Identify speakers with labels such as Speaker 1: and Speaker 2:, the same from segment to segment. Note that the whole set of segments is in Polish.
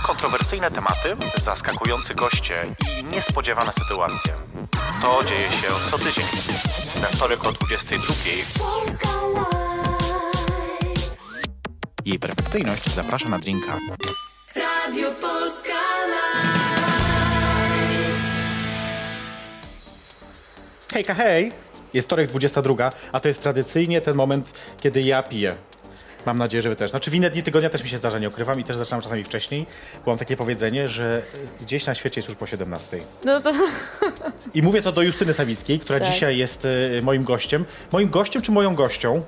Speaker 1: Kontrowersyjne tematy, zaskakujący goście i niespodziewane sytuacje. To dzieje się co tydzień. We wtorek o 22:00. Jej perfekcyjność zaprasza na drinka. Radio Polska Live. Hejka, hej! Jest wtorek 22:00, a to jest tradycyjnie ten moment, kiedy ja piję. Mam nadzieję, że wy też. Znaczy w inne dni tygodnia też mi się zdarza, nie ukrywam i też zaczynam czasami wcześniej, bo mam takie powiedzenie, że gdzieś na świecie jest już po 17:00.
Speaker 2: No to...
Speaker 1: I mówię to do Justyny Sawickiej, która dzisiaj jest moim gościem. Moim gościem czy moją gością?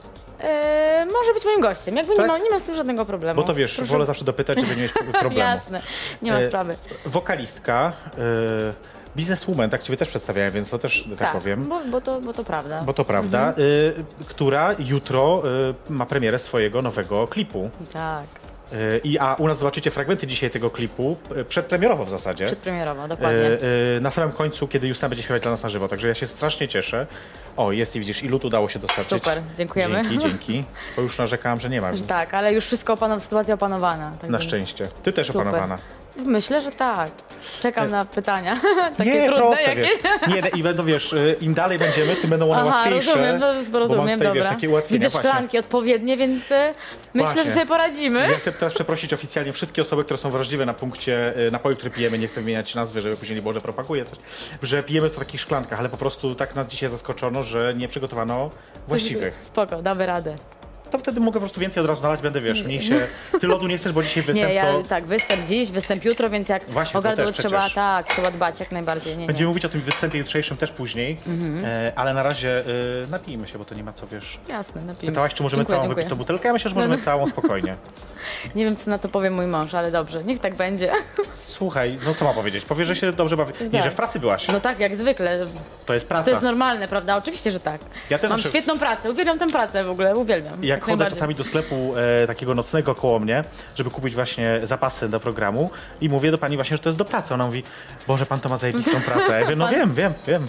Speaker 2: Może być moim gościem, jakby
Speaker 1: tak?
Speaker 2: nie mam z tym żadnego problemu.
Speaker 1: Bo to wiesz, wolę zawsze dopytać, żeby nie mieć problemu.
Speaker 2: Jasne, nie ma sprawy.
Speaker 1: Wokalistka, bizneswoman, tak ciebie też przedstawiałem, więc to też tak powiem.
Speaker 2: Bo to prawda.
Speaker 1: Bo to prawda, która jutro ma premierę swojego nowego klipu.
Speaker 2: Tak.
Speaker 1: A u nas zobaczycie fragmenty dzisiaj tego klipu, przedpremierowo w zasadzie.
Speaker 2: Przedpremierowo, dokładnie.
Speaker 1: Na samym końcu, kiedy Justyna będzie śpiewać dla nas na żywo, także ja się strasznie cieszę. O, jest i widzisz, i lód udało się dostarczyć.
Speaker 2: Super, dziękujemy.
Speaker 1: Dzięki. Bo już narzekałam, że nie ma.
Speaker 2: Tak, ale już wszystko sytuacja opanowana. Tak
Speaker 1: na
Speaker 2: więc...
Speaker 1: szczęście. Ty też
Speaker 2: Super.
Speaker 1: opanowana.
Speaker 2: Myślę, że tak. Czekam na pytania. Takie
Speaker 1: nie,
Speaker 2: trudne
Speaker 1: proste,
Speaker 2: jakieś.
Speaker 1: Wiesz. Nie, i będą, wiesz, im dalej będziemy, tym będą one łatwiejsze.
Speaker 2: Rozumiem,
Speaker 1: tutaj,
Speaker 2: dobra.
Speaker 1: Wiesz, takie ułatwienia.
Speaker 2: Widzę szklanki odpowiednie, więc myślę, że sobie poradzimy.
Speaker 1: Ja chcę teraz przeprosić oficjalnie wszystkie osoby, które są wrażliwe na punkcie napoju, który pijemy. Nie chcę wymieniać nazwy, żeby później nie było, że propaguję coś. Że pijemy to w takich szklankach, ale po prostu tak nas dzisiaj zaskoczono, że nie przygotowano właściwych.
Speaker 2: Spoko, damy radę.
Speaker 1: To wtedy mogę po prostu więcej od razu nalać, będę, wiesz, mniej się... Ty lodu nie chcesz, bo dzisiaj występ
Speaker 2: tak, występ dziś, występ jutro, więc jak
Speaker 1: właśnie,
Speaker 2: o gardło trzeba dbać jak najbardziej.
Speaker 1: Będziemy mówić o tym występie jutrzejszym też później, ale na razie napijmy się, bo to nie ma co, wiesz...
Speaker 2: Jasne, napijmy.
Speaker 1: Pytałaś, czy możemy całą wypić tą butelkę? Ja myślę, że możemy całą spokojnie.
Speaker 2: Nie wiem, co na to powie mój mąż, ale dobrze, niech tak będzie.
Speaker 1: Słuchaj, no co ma powiedzieć? Powie, że się dobrze bawi. Nie, że w pracy byłaś.
Speaker 2: No tak, jak zwykle.
Speaker 1: To jest praca.
Speaker 2: To jest normalne, prawda? Oczywiście, że tak.
Speaker 1: Ja też
Speaker 2: mam świetną pracę, uwielbiam tę pracę w ogóle, uwielbiam.
Speaker 1: Jak chodzę czasami do sklepu takiego nocnego koło mnie, żeby kupić właśnie zapasy do programu i mówię do pani właśnie, że to jest do pracy. Ona mówi, Boże, pan to ma zajebistą pracę. Ja mówię, no wiem.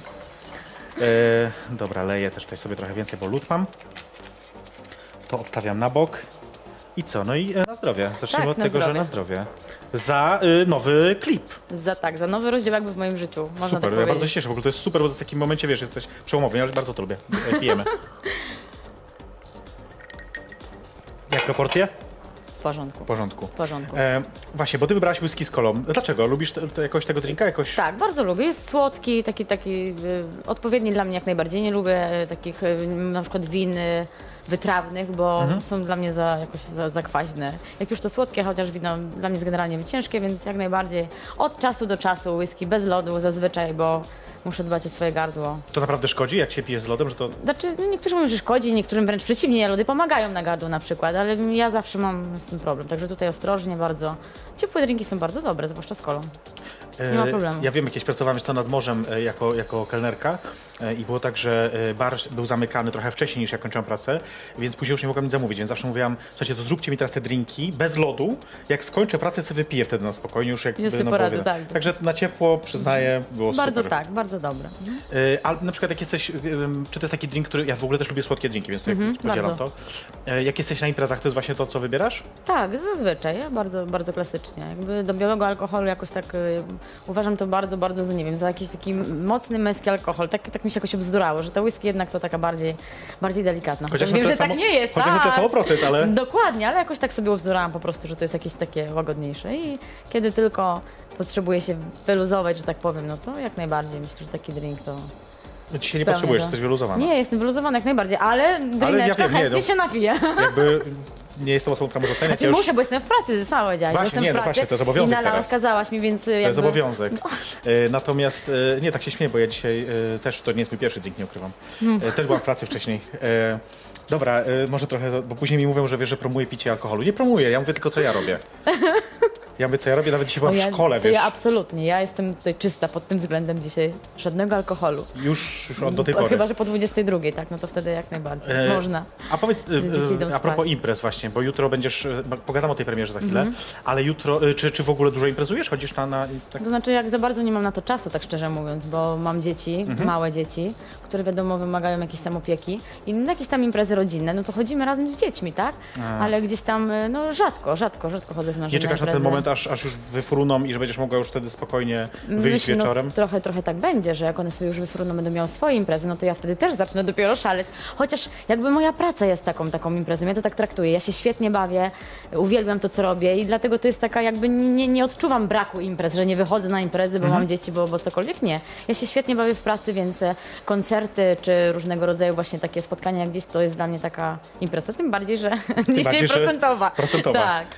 Speaker 1: Dobra, leję też tutaj sobie trochę więcej, bo lód mam. To odstawiam na bok. I co? No i na zdrowie. Zacznijmy od tego, że na zdrowie. Za nowy klip.
Speaker 2: Za nowy rozdział jakby w moim życiu. Można
Speaker 1: super,
Speaker 2: tak
Speaker 1: ja bardzo się cieszę. W ogóle to jest super, bo w takim momencie, wiesz, jesteś przełomowy. Ja bardzo to lubię. Pijemy. Jak proporcje?
Speaker 2: W porządku.
Speaker 1: W porządku. Właśnie, bo ty wybrałaś whisky z kolą. Dlaczego? Lubisz jakoś tego drinka?
Speaker 2: Tak, bardzo lubię. Jest słodki, taki odpowiedni dla mnie jak najbardziej. Nie lubię takich na przykład win wytrawnych, bo są dla mnie za kwaśne. Jak już to słodkie, chociaż wino dla mnie jest generalnie ciężkie, więc jak najbardziej od czasu do czasu whisky bez lodu zazwyczaj, bo muszę dbać o swoje gardło.
Speaker 1: To naprawdę szkodzi, jak się pije z lodem, że to...
Speaker 2: Znaczy, niektórzy mówią, że szkodzi, niektórym wręcz przeciwnie, lody pomagają na gardło na przykład, ale ja zawsze mam z tym problem, także tutaj ostrożnie bardzo. Ciepłe drinki są bardzo dobre, zwłaszcza z kolą. Nie ma problemu.
Speaker 1: Ja wiem, jakieś pracowałem nad morzem jako kelnerka i było tak, że bar był zamykany trochę wcześniej niż ja kończyłam pracę, więc później już nie mogłam nic zamówić, więc zawsze mówiłam, słuchajcie, to zróbcie mi teraz te drinki bez lodu, jak skończę pracę, sobie wypiję wtedy na spokojnie, już jak
Speaker 2: poradzę, tak.
Speaker 1: Także na ciepło, przyznaję, było
Speaker 2: bardzo
Speaker 1: super.
Speaker 2: Tak, bardzo dobre.
Speaker 1: Ale na przykład jak jesteś, czy to jest taki drink, który, ja w ogóle też lubię słodkie drinki, więc tutaj podzielam to. Jak jesteś na imprezach, to jest właśnie to, co wybierasz?
Speaker 2: Tak, zazwyczaj, ja bardzo klasycznie. Jakby do białego alkoholu jakoś tak uważam to bardzo, nie wiem, za jakiś taki mocny męski alkohol. Tak mi się jakoś obzdurało, że ta whisky jednak to taka bardziej delikatna.
Speaker 1: Chociaż
Speaker 2: wiem, że tak nie jest.
Speaker 1: Chociaż to samo procent, ale...
Speaker 2: Dokładnie, ale jakoś tak sobie obzdurałam po prostu, że to jest jakieś takie łagodniejsze i kiedy tylko potrzebuję się wyluzować, że tak powiem, no to jak najbardziej myślę, że taki drink to...
Speaker 1: Dzisiaj nie potrzebujesz, jesteś wyluzowana.
Speaker 2: Nie, jestem wyluzowana jak najbardziej, ale drineczka chętnie się napiję.
Speaker 1: Jakby nie jestem osobą, która może oceniać.
Speaker 2: Znaczy muszę, bo jestem w pracy, sama powiedziałaś.
Speaker 1: Właśnie,
Speaker 2: jestem w pracy
Speaker 1: właśnie, to jest obowiązek teraz.
Speaker 2: Kazałaś mi, więc
Speaker 1: to jest obowiązek. No. Natomiast, nie, tak się śmieję, bo ja dzisiaj też, to nie jest mój pierwszy drink, nie ukrywam. Też byłam w pracy wcześniej. Dobra, może trochę, bo później mi mówią, że wiesz, że promuję picie alkoholu. Nie promuję, ja mówię tylko, co ja robię. Ja mówię, co ja robię, nawet dzisiaj byłam w szkole, wiesz.
Speaker 2: Ja absolutnie, ja jestem tutaj czysta pod tym względem dzisiaj. Żadnego alkoholu.
Speaker 1: Już do tej pory.
Speaker 2: Chyba, że po 22, tak, no to wtedy jak najbardziej. Można.
Speaker 1: A powiedz, a propos imprez właśnie, bo jutro będziesz, pogadam o tej premierze za chwilę, ale jutro, czy w ogóle dużo imprezujesz? Chodzisz na tak?
Speaker 2: To znaczy, jak za bardzo nie mam na to czasu, tak szczerze mówiąc, bo mam dzieci, małe dzieci, które wiadomo wymagają jakiejś tam opieki i na jakieś tam imprezy rodzinne, no to chodzimy razem z dziećmi, tak? Ale gdzieś tam, no rzadko chodzę z naszym.
Speaker 1: Nie czekasz na ten moment, moment, aż już wyfruną i że będziesz mogła już wtedy spokojnie wyjść wieczorem?
Speaker 2: No, trochę tak będzie, że jak one sobie już wyfruną, będą miały swoje imprezy, no to ja wtedy też zacznę dopiero szaleć. Chociaż jakby moja praca jest taką imprezą, ja to tak traktuję. Ja się świetnie bawię, uwielbiam to, co robię i dlatego to jest taka jakby nie odczuwam braku imprez, że nie wychodzę na imprezy, bo mam dzieci, bo cokolwiek. Nie. Ja się świetnie bawię w pracy, więc koncerty czy różnego rodzaju właśnie takie spotkania jak gdzieś, to jest dla mnie taka impreza. Tym bardziej, że dzisiaj procentowa. Tak.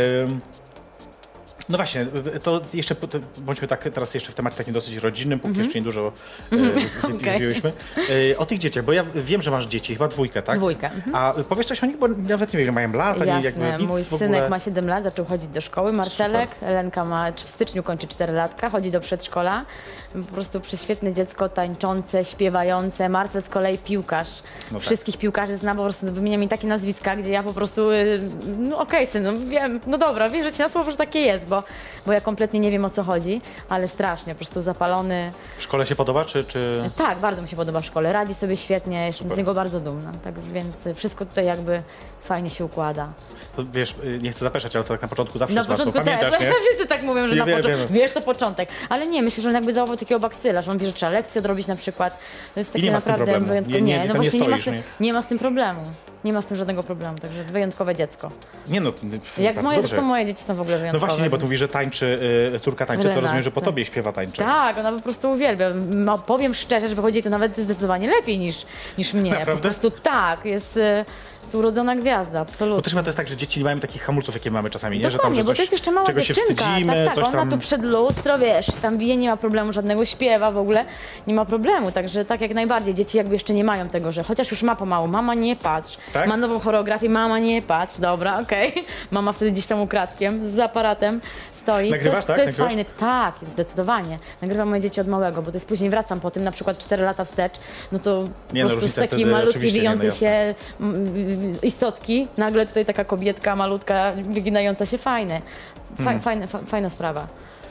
Speaker 1: No właśnie, to jeszcze bądźmy tak teraz jeszcze w temacie takim dosyć rodzinnym, póki jeszcze niedużo wypiłyśmy. O tych dzieciach, bo ja wiem, że masz dzieci, chyba 2, tak?
Speaker 2: 2.
Speaker 1: A powiesz coś o nich, bo nawet nie wiem, ile mają lat, ani jakby nic
Speaker 2: mój
Speaker 1: w ogóle...
Speaker 2: synek ma 7 lat, zaczął chodzić do szkoły, Marcelek, Lenka w styczniu kończy 4 latka, chodzi do przedszkola. Po prostu prześwietne dziecko, tańczące, śpiewające. Marcel z kolei piłkarz. No wszystkich piłkarzy zna, po prostu wymienia mi takie nazwiska, gdzie ja po prostu, no okej, synu, wiem, no dobra, wierzę ci na słowo, że takie jest, bo ja kompletnie nie wiem, o co chodzi, ale strasznie, po prostu zapalony.
Speaker 1: W szkole się podoba, czy...
Speaker 2: Tak, bardzo mi się podoba w szkole, radzi sobie świetnie, jestem z niego bardzo dumna, tak więc wszystko tutaj jakby fajnie się układa.
Speaker 1: To wiesz, nie chcę zapeszać, ale to tak na początku zawsze jest
Speaker 2: łatwo,
Speaker 1: pamiętasz, nie?
Speaker 2: Wszyscy tak mówią, że na początku, wiesz, to początek, ale nie, myślę, że on jakby załapał takiego bakcyla, że on wie, że trzeba lekcję odrobić na przykład, to jest takie naprawdę wyjątkowe. No właśnie nie ma z tym problemu. Nie ma z tym żadnego problemu, także wyjątkowe dziecko.
Speaker 1: Nie no,
Speaker 2: jak moje, zresztą moje dzieci są w ogóle wyjątkowe.
Speaker 1: No właśnie, nie, bo tu mówi, że tańczy, córka tańczy, to rozumiem, że po tobie śpiewa tańczy.
Speaker 2: Tak, ona po prostu uwielbia. No, powiem szczerze, że wychodzi to nawet zdecydowanie lepiej niż mnie.
Speaker 1: Naprawdę?
Speaker 2: Po prostu tak, jest urodzona gwiazda, absolutnie.
Speaker 1: Bo też chyba to jest tak, że dzieci nie mają takich hamulców, jakie mamy czasami, nie?
Speaker 2: Dokładnie,
Speaker 1: że tam,
Speaker 2: bo to jest jeszcze mała
Speaker 1: czegoś
Speaker 2: dziewczynka.
Speaker 1: się wstydzimy,
Speaker 2: tak,
Speaker 1: coś tam...
Speaker 2: ona tu przed lustro, wiesz, tam bije, nie ma problemu żadnego, śpiewa w ogóle, nie ma problemu, także tak jak najbardziej. Dzieci jakby jeszcze nie mają tego, że chociaż już ma pomału, mama nie patrz,
Speaker 1: tak?
Speaker 2: ma nową choreografię, mama nie patrz, dobra, okej. Mama wtedy gdzieś tam ukradkiem, z aparatem stoi.
Speaker 1: Nagrywasz,
Speaker 2: to jest fajne, tak, zdecydowanie. Nagrywam moje dzieci od małego, bo to jest później wracam po tym, na przykład 4 lata wstecz, no to po prostu z takiej malutkiej, wijącej się istotki, nagle tutaj taka kobietka malutka, wyginająca się, fajna sprawa.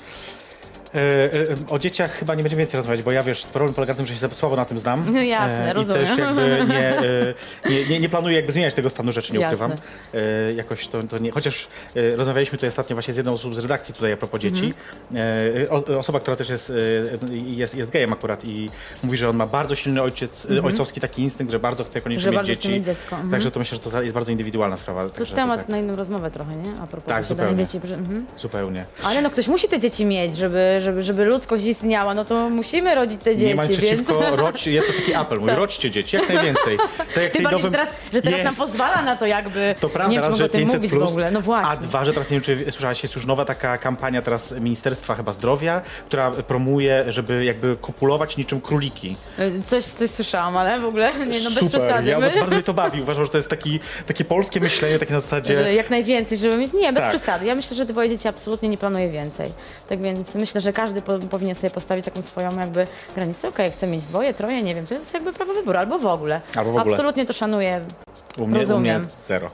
Speaker 1: O dzieciach chyba nie będziemy więcej rozmawiać, bo ja wiesz, problem polega na tym, że się za słabo na tym znam.
Speaker 2: No jasne, rozumiem.
Speaker 1: I też jakby nie planuję jakby zmieniać tego stanu rzeczy, nie ukrywam. Jakoś to nie, chociaż rozmawialiśmy tutaj ostatnio właśnie z jedną osób z redakcji tutaj a propos dzieci. Osoba, która też jest gejem akurat i mówi, że on ma bardzo silny ojcowski taki instynkt, że bardzo chce koniecznie mieć dzieci. Także to myślę, że to jest bardzo indywidualna sprawa.
Speaker 2: To temat tak na inną rozmowę trochę, nie? A propos
Speaker 1: tak, zupełnie.
Speaker 2: dzieci.
Speaker 1: Zupełnie.
Speaker 2: Ale no ktoś musi te dzieci mieć, żeby ludzkość istniała, no to musimy rodzić te dzieci.
Speaker 1: Nie mam przeciwko, jest to taki apel, mój, rodźcie dzieci, jak najwięcej. Tak jak
Speaker 2: Tym bardziej, że teraz nam pozwala na to jakby,
Speaker 1: to prawda,
Speaker 2: nie wiem, czy mogę o tym mówić w ogóle, no właśnie.
Speaker 1: A dwa, że teraz nie wiem, czy słyszałaś, jest już nowa taka kampania teraz Ministerstwa chyba Zdrowia, która promuje, żeby jakby kopulować niczym króliki.
Speaker 2: Coś słyszałam, ale w ogóle nie, no bez
Speaker 1: super,
Speaker 2: przesady.
Speaker 1: Bardzo mnie to bawi, uważam, że to jest takie polskie myślenie, takie na zasadzie...
Speaker 2: Że jak najwięcej, żeby mieć, nie, bez przesady. Ja myślę, że twoje dzieci absolutnie nie planuje więcej. Tak więc myślę, że każdy powinien sobie postawić taką swoją jakby granicę. Okej, chcę mieć 2, 3, nie wiem, to jest jakby prawo wyboru, albo w ogóle. Absolutnie to szanuję.
Speaker 1: U mnie 0.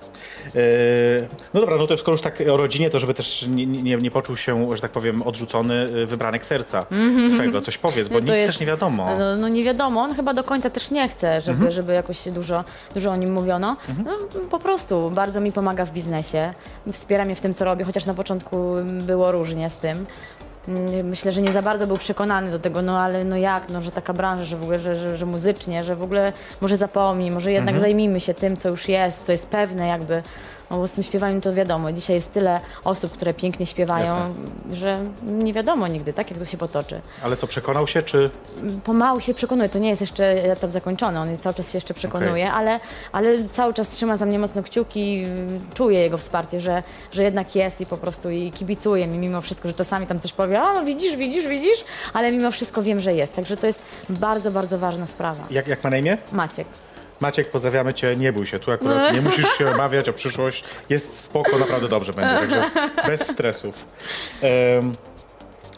Speaker 1: No dobra, no to skoro już tak o rodzinie, to żeby też nie poczuł się, że tak powiem, odrzucony wybranek serca twojego. Coś powiedz, bo nic też nie wiadomo.
Speaker 2: No nie wiadomo, on chyba do końca też nie chce, żeby jakoś się dużo o nim mówiono. No, po prostu bardzo mi pomaga w biznesie, wspiera mnie w tym, co robię, chociaż na początku było różnie z tym. Myślę, że nie za bardzo był przekonany do tego, no ale no jak, no, że taka branża, że w ogóle, że muzycznie, że w ogóle może zapomnij, może jednak zajmijmy się tym, co już jest, co jest pewne jakby. No bo z tym śpiewaniem to wiadomo, dzisiaj jest tyle osób, które pięknie śpiewają, że nie wiadomo nigdy, tak, jak to się potoczy.
Speaker 1: Ale co, przekonał się, czy...?
Speaker 2: Pomału się przekonuje, to nie jest jeszcze etap zakończony, on cały czas się jeszcze przekonuje, ale cały czas trzyma za mnie mocno kciuki, czuję jego wsparcie, że jednak jest i po prostu i kibicuje mi mimo wszystko, że czasami tam coś powie, a no widzisz, ale mimo wszystko wiem, że jest, także to jest bardzo, bardzo ważna sprawa.
Speaker 1: Jak ma na imię?
Speaker 2: Maciek.
Speaker 1: Maciek, pozdrawiamy cię, nie bój się, tu akurat nie musisz się obawiać o przyszłość, jest spoko, naprawdę dobrze będzie, także bez stresów.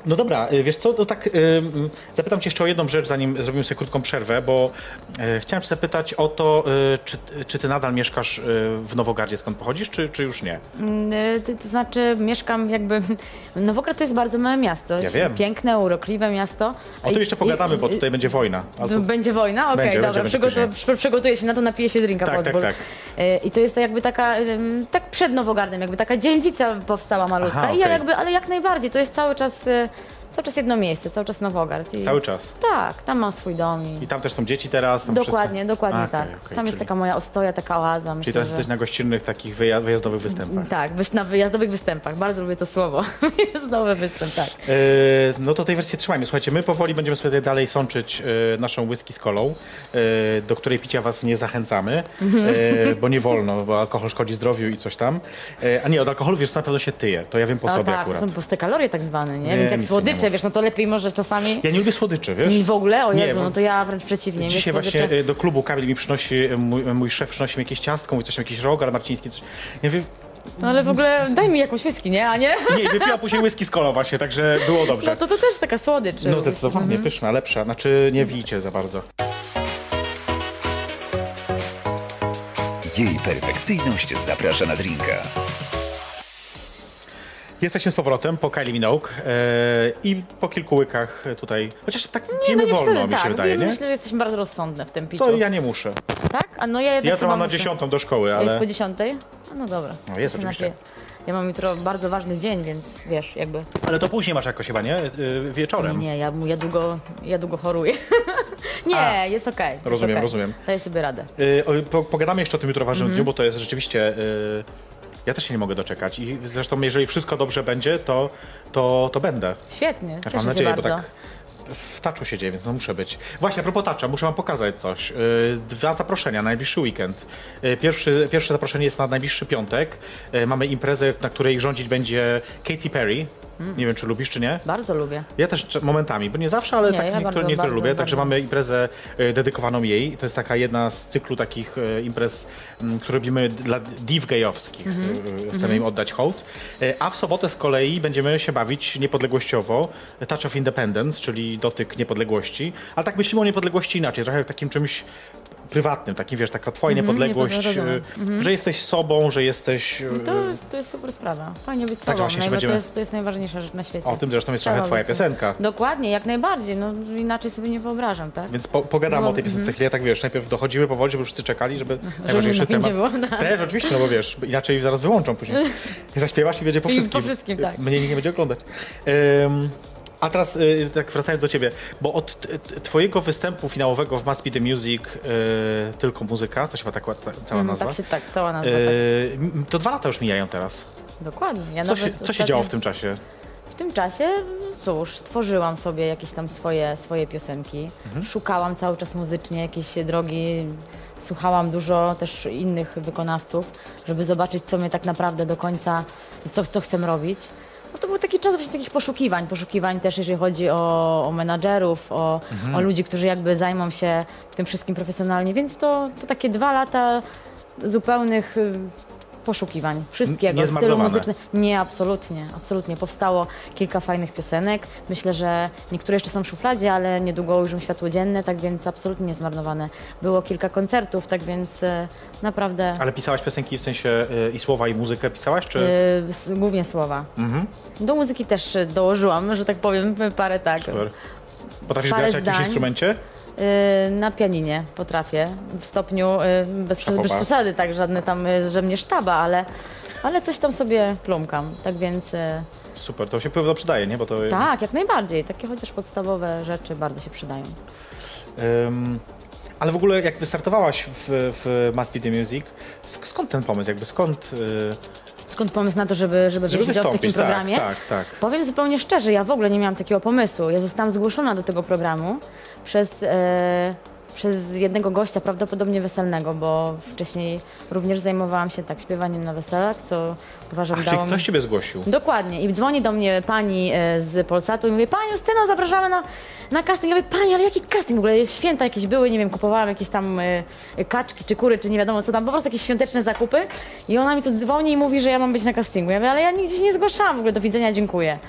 Speaker 1: No dobra, wiesz co, to tak zapytam cię jeszcze o jedną rzecz, zanim zrobimy sobie krótką przerwę, bo chciałem cię zapytać o to, czy ty nadal mieszkasz w Nowogardzie, skąd pochodzisz, czy już nie?
Speaker 2: To znaczy mieszkam jakby... Nowograd to jest bardzo małe miasto.
Speaker 1: Ja wiem.
Speaker 2: Piękne, urokliwe miasto.
Speaker 1: O tym jeszcze pogadamy, bo tutaj będzie wojna.
Speaker 2: Będzie wojna? Okej, dobra, przygotuję się na to, napiję się drinka pod
Speaker 1: tak.
Speaker 2: I to jest jakby taka, tak przed Nowogardem, jakby taka dzielnica powstała malutka.
Speaker 1: Aha,
Speaker 2: I ja
Speaker 1: okej.
Speaker 2: jakby, ale jak najbardziej, to jest cały czas jedno miejsce, cały czas Nowogard.
Speaker 1: Cały czas?
Speaker 2: Tak, tam mam swój dom.
Speaker 1: I tam też są dzieci teraz? Tam
Speaker 2: Dokładnie
Speaker 1: wszyscy...
Speaker 2: tak. Tam jest taka moja ostoja, taka oaza.
Speaker 1: Czyli teraz jesteś na gościnnych takich wyjazdowych występach?
Speaker 2: Tak, na wyjazdowych występach. Bardzo lubię to słowo. Wyjazdowy występ, tak.
Speaker 1: No to tej wersji trzymajmy. Słuchajcie, my powoli będziemy sobie dalej sączyć naszą whisky z kolą, do której picia was nie zachęcamy, bo nie wolno, bo alkohol szkodzi zdrowiu i coś tam. A nie, od alkoholu wiesz, na pewno się tyje. To ja wiem po sobie
Speaker 2: tak,
Speaker 1: akurat.
Speaker 2: to są puste kalorie tak zwane, nie?
Speaker 1: Nie,
Speaker 2: Więc jak
Speaker 1: nic
Speaker 2: słodycze,
Speaker 1: nie
Speaker 2: wiesz, no to lepiej może czasami...
Speaker 1: Ja nie lubię słodyczy, wiesz?
Speaker 2: I w ogóle? O
Speaker 1: Nie,
Speaker 2: Jezu,
Speaker 1: bo-
Speaker 2: no to ja wręcz przeciwnie.
Speaker 1: Dzisiaj
Speaker 2: Mnie
Speaker 1: właśnie
Speaker 2: słodycze-
Speaker 1: do klubu Kamil mi przynosi, mój szef przynosi mi jakieś ciastko, mówi coś tam, jakiś rogal marciński, coś. Ja wiem,
Speaker 2: No ale w ogóle daj mi jakąś whisky, nie? A nie?
Speaker 1: nie, wypiła później whisky z kolą właśnie, także było dobrze.
Speaker 2: No to też taka słodycz.
Speaker 1: No zdecydowanie, pyszna, lepsza, znaczy nie wijcie za bardzo.
Speaker 3: Jej perfekcyjność zaprasza na drinka.
Speaker 1: Jesteśmy z powrotem po Kylie Minogue i po kilku łykach tutaj, chociaż tak pijemy
Speaker 2: nie
Speaker 1: wolno,
Speaker 2: wtedy,
Speaker 1: mi się
Speaker 2: tak.
Speaker 1: wydaje, nie?
Speaker 2: Myślę, że jesteśmy bardzo rozsądne w tym piciu.
Speaker 1: To ja nie muszę.
Speaker 2: Tak? A no ja jednak
Speaker 1: Ja to
Speaker 2: chyba
Speaker 1: mam na
Speaker 2: muszę.
Speaker 1: 10 do szkoły,
Speaker 2: A jest
Speaker 1: ale...
Speaker 2: po 10? No dobra.
Speaker 1: No jest
Speaker 2: To się
Speaker 1: oczywiście.
Speaker 2: napiję. Ja mam jutro bardzo ważny dzień, więc wiesz, jakby...
Speaker 1: Ale to później masz jakoś chyba, nie? Wieczorem.
Speaker 2: Nie, ja długo choruję. Nie,
Speaker 1: A,
Speaker 2: jest okej. jest
Speaker 1: rozumiem,
Speaker 2: okej.
Speaker 1: rozumiem.
Speaker 2: Daję sobie radę.
Speaker 1: Pogadamy jeszcze o tym jutro ważnym dniu, bo to jest rzeczywiście... Ja też się nie mogę doczekać i zresztą jeżeli wszystko dobrze będzie, to będę.
Speaker 2: Świetnie,
Speaker 1: Ja
Speaker 2: cieszę
Speaker 1: mam
Speaker 2: się
Speaker 1: nadzieję, bo
Speaker 2: bardzo.
Speaker 1: tak w Taczu się dzieje, więc no muszę być. Właśnie, a propos Tacza, muszę wam pokazać coś. 2 zaproszenia na najbliższy weekend. Pierwsze zaproszenie jest na najbliższy piątek. Mamy imprezę, na której rządzić będzie Katy Perry. Nie wiem, czy lubisz, czy nie.
Speaker 2: Bardzo lubię.
Speaker 1: Ja też momentami, bo nie zawsze, ale
Speaker 2: Nie,
Speaker 1: tak
Speaker 2: ja
Speaker 1: niektóre
Speaker 2: bardzo,
Speaker 1: lubię.
Speaker 2: bardzo.
Speaker 1: Także mamy imprezę dedykowaną jej. To jest taka jedna z cyklu takich imprez, które robimy dla div gejowskich. Chcemy im oddać hołd. A w sobotę z kolei będziemy się bawić niepodległościowo. Touch of Independence, czyli dotyk niepodległości. Ale tak myślimy o niepodległości inaczej, trochę takim czymś prywatnym, takim wiesz, taka twoja niepodległość,
Speaker 2: rozumiem.
Speaker 1: że jesteś sobą, że jesteś...
Speaker 2: To jest super sprawa. Fajnie być sobą.
Speaker 1: właśnie się będziemy-
Speaker 2: To jest najważniejsza rzecz na świecie.
Speaker 1: O tym zresztą jest
Speaker 2: Trzeba
Speaker 1: trochę twoja
Speaker 2: być sobą.
Speaker 1: piosenka.
Speaker 2: Dokładnie, jak najbardziej. No inaczej sobie nie wyobrażam, tak?
Speaker 1: Więc pogadamy o tej piosence chwilę, tak wiesz, najpierw dochodzimy powoli, żeby wszyscy czekali, żeby
Speaker 2: Żeby
Speaker 1: najważniejszy
Speaker 2: napięcie
Speaker 1: temat...
Speaker 2: było, no.
Speaker 1: Też, oczywiście, no bo wiesz, inaczej zaraz wyłączą później. Zaśpiewasz i będzie po
Speaker 2: I po
Speaker 1: wszystkim.
Speaker 2: wszystkim, tak.
Speaker 1: Mnie nikt nie będzie oglądać. A teraz tak wracając do ciebie, bo od twojego występu finałowego w Must Be The Music tylko muzyka, to się chyba cała nazwa,
Speaker 2: Cała nazwa,
Speaker 1: to 2 lata już mijają teraz.
Speaker 2: tak. Dokładnie. Ja
Speaker 1: Co się
Speaker 2: ostatnio-
Speaker 1: działo w tym czasie?
Speaker 2: W tym czasie, cóż, tworzyłam sobie jakieś tam swoje piosenki. Szukałam cały czas muzycznie jakieś drogi. Słuchałam dużo też innych wykonawców, żeby zobaczyć, co mnie tak naprawdę do końca, co chcę robić. No to był taki czas właśnie takich poszukiwań też, jeżeli chodzi o menadżerów, o ludzi, którzy jakby zajmą się tym wszystkim profesjonalnie, więc to takie 2 lata zupełnych poszukiwań, wszystkiego, stylu
Speaker 1: Niezmarnowane.
Speaker 2: muzycznego. Nie, absolutnie. Powstało kilka fajnych piosenek. Myślę, że niektóre jeszcze są w szufladzie, ale niedługo ujrzą światło dzienne, tak więc absolutnie niezmarnowane. Było kilka koncertów, tak więc naprawdę
Speaker 1: Ale pisałaś piosenki w sensie i słowa, i muzykę pisałaś, czy?
Speaker 2: głównie słowa. Do muzyki też dołożyłam, że tak powiem, parę tak.
Speaker 1: Super. Potrafisz
Speaker 2: parę
Speaker 1: grać na jakimś
Speaker 2: zdań.
Speaker 1: instrumencie?
Speaker 2: Na pianinie potrafię, w stopniu bez
Speaker 1: Szafowa.
Speaker 2: przesady, tak, żadne tam, że mnie sztaba, ale coś tam sobie plumkam, tak więc
Speaker 1: Super, to się pewno przydaje, nie? Bo to...
Speaker 2: tak, jak najbardziej, takie chociaż podstawowe rzeczy bardzo się przydają.
Speaker 1: Ale w ogóle jak wystartowałaś w Must Be The Music, skąd ten pomysł? Jakby skąd...
Speaker 2: Skąd pomysł na to, żeby wziąć udział w takim
Speaker 1: wystąpić,
Speaker 2: programie?
Speaker 1: tak.
Speaker 2: Powiem zupełnie szczerze, ja w ogóle nie miałam takiego pomysłu. Ja zostałam zgłoszona do tego programu przez jednego gościa, prawdopodobnie weselnego, bo wcześniej również zajmowałam się tak śpiewaniem na weselach, co uważam
Speaker 1: Czyli
Speaker 2: dało mi...
Speaker 1: ktoś ciebie zgłosił.
Speaker 2: Dokładnie. I dzwoni do mnie pani z Polsatu i mówi: Pani Justyno, zapraszamy na casting. Ja mówię: Pani, ale jaki casting? W ogóle jest święta jakieś były, nie wiem, kupowałam jakieś tam kaczki czy kury, czy nie wiadomo co tam, po prostu jakieś świąteczne zakupy. I ona mi tu dzwoni i mówi, że ja mam być na castingu. Ja mówię: ale ja nigdzie się nie zgłaszałam, w ogóle do widzenia, dziękuję.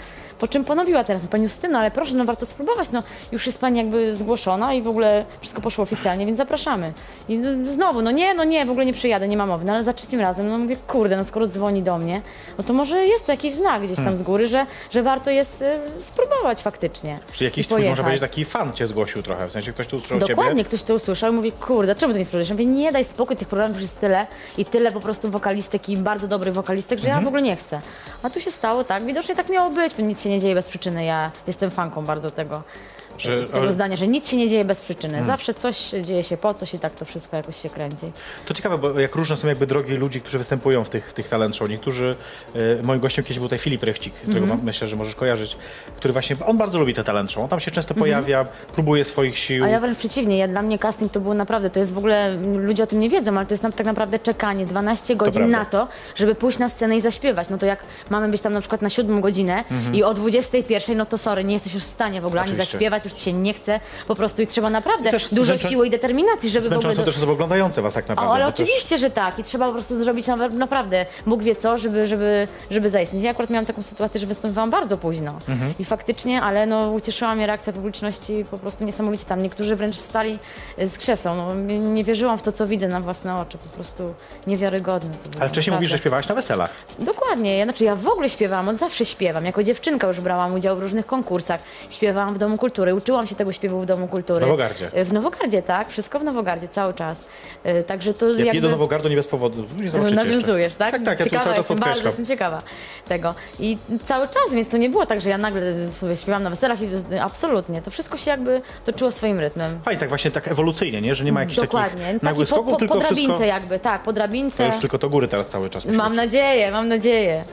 Speaker 2: Po czym ponowiła telefon, pani Justyno, ale proszę, no warto spróbować, no już jest pani jakby zgłoszona i w ogóle wszystko poszło oficjalnie, więc zapraszamy. I znowu, no nie, w ogóle nie przyjadę, nie ma mowy, no ale za trzecim razem, no mówię, kurde, no skoro dzwoni do mnie, no to może jest to jakiś znak gdzieś tam z góry, że warto jest spróbować faktycznie.
Speaker 1: Czy jakiś twój, można powiedzieć, taki fan cię zgłosił trochę, w sensie ktoś tu usłyszał ciebie?
Speaker 2: Dokładnie, ktoś to usłyszał i mówi, kurde, czemu to nie spróbujesz? Ja mówię, nie, daj spokój, tych programów już jest tyle i tyle po prostu wokalistek i bardzo dobrych wokalistek, że ja w ogóle nie chcę. A tu się stało tak, widocznie tak miało być, bo nic się nie dzieje bez przyczyny. Ja jestem fanką bardzo tego zdania, że nic się nie dzieje bez przyczyny. Zawsze coś dzieje się po coś i tak to wszystko jakoś się kręci.
Speaker 1: To ciekawe, bo jak różne są jakby drogi ludzi, którzy występują w tych talent show. Niektórzy, moim gościem kiedyś był tutaj Filip Rechcik, którego myślę, że możesz kojarzyć, który właśnie, on bardzo lubi te talent show. On tam się często pojawia, próbuje swoich sił.
Speaker 2: A ja wręcz przeciwnie, dla mnie casting to było naprawdę, to jest w ogóle, ludzie o tym nie wiedzą, ale to jest tak naprawdę czekanie 12 godzin na to, żeby pójść na scenę i zaśpiewać. No to jak mamy być tam na przykład na 7 godzinę i o 21, no to sorry, nie jesteś już w stanie w ogóle ani zaśpiewać, już ci się nie chce po prostu i trzeba naprawdę dużo siły i determinacji, żeby w ogóle...
Speaker 1: też osoby oglądające was tak naprawdę.
Speaker 2: Ale oczywiście, że tak i trzeba po prostu zrobić naprawdę, Bóg wie co, żeby zaistnieć. Ja akurat miałam taką sytuację, że występowałam bardzo późno i faktycznie, ale no ucieszyła mnie reakcja publiczności po prostu niesamowicie tam. Niektórzy wręcz wstali z krzeseł. No, nie wierzyłam w to, co widzę na własne oczy, po prostu niewiarygodne.
Speaker 1: Ale wcześniej mówisz, że śpiewałaś na weselach.
Speaker 2: Dokładnie, ja w ogóle śpiewałam, od zawsze śpiewam. Jako dziewczynka już brałam udział w różnych konkursach, śpiewałam w Domu Kultury, uczyłam się tego śpiewu w Domu Kultury.
Speaker 1: W Nowogardzie.
Speaker 2: W Nowogardzie, tak, wszystko w Nowogardzie, cały czas. Także to
Speaker 1: jakby... do Nowogardu nie bez powodu, nie zobaczycie
Speaker 2: nawiązujesz, tak?
Speaker 1: Tak, ja
Speaker 2: ciekawa
Speaker 1: cały czas
Speaker 2: bardzo jestem ciekawa tego. I cały czas, więc to nie było tak, że ja nagle sobie śpiewam na weselach i absolutnie. To wszystko się jakby toczyło swoim rytmem.
Speaker 1: A i tak właśnie tak ewolucyjnie, nie? Że nie ma jakichś takich nagłych skoków,
Speaker 2: tylko
Speaker 1: po
Speaker 2: drabince
Speaker 1: wszystko...
Speaker 2: jakby, tak, po drabince.
Speaker 1: To już tylko to góry teraz cały czas.
Speaker 2: Mam nadzieję.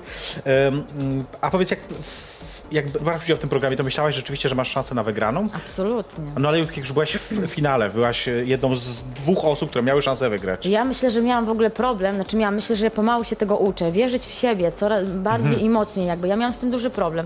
Speaker 1: A powiedz, jak brałaś udział w tym programie, to myślałaś rzeczywiście, że masz szansę na wygraną?
Speaker 2: Absolutnie.
Speaker 1: No ale już byłaś w finale, byłaś jedną z 2 osób, które miały szansę wygrać.
Speaker 2: Ja myślę, że miałam w ogóle problem, myślę, że pomału się tego uczę, wierzyć w siebie coraz bardziej i mocniej jakby. Ja miałam z tym duży problem.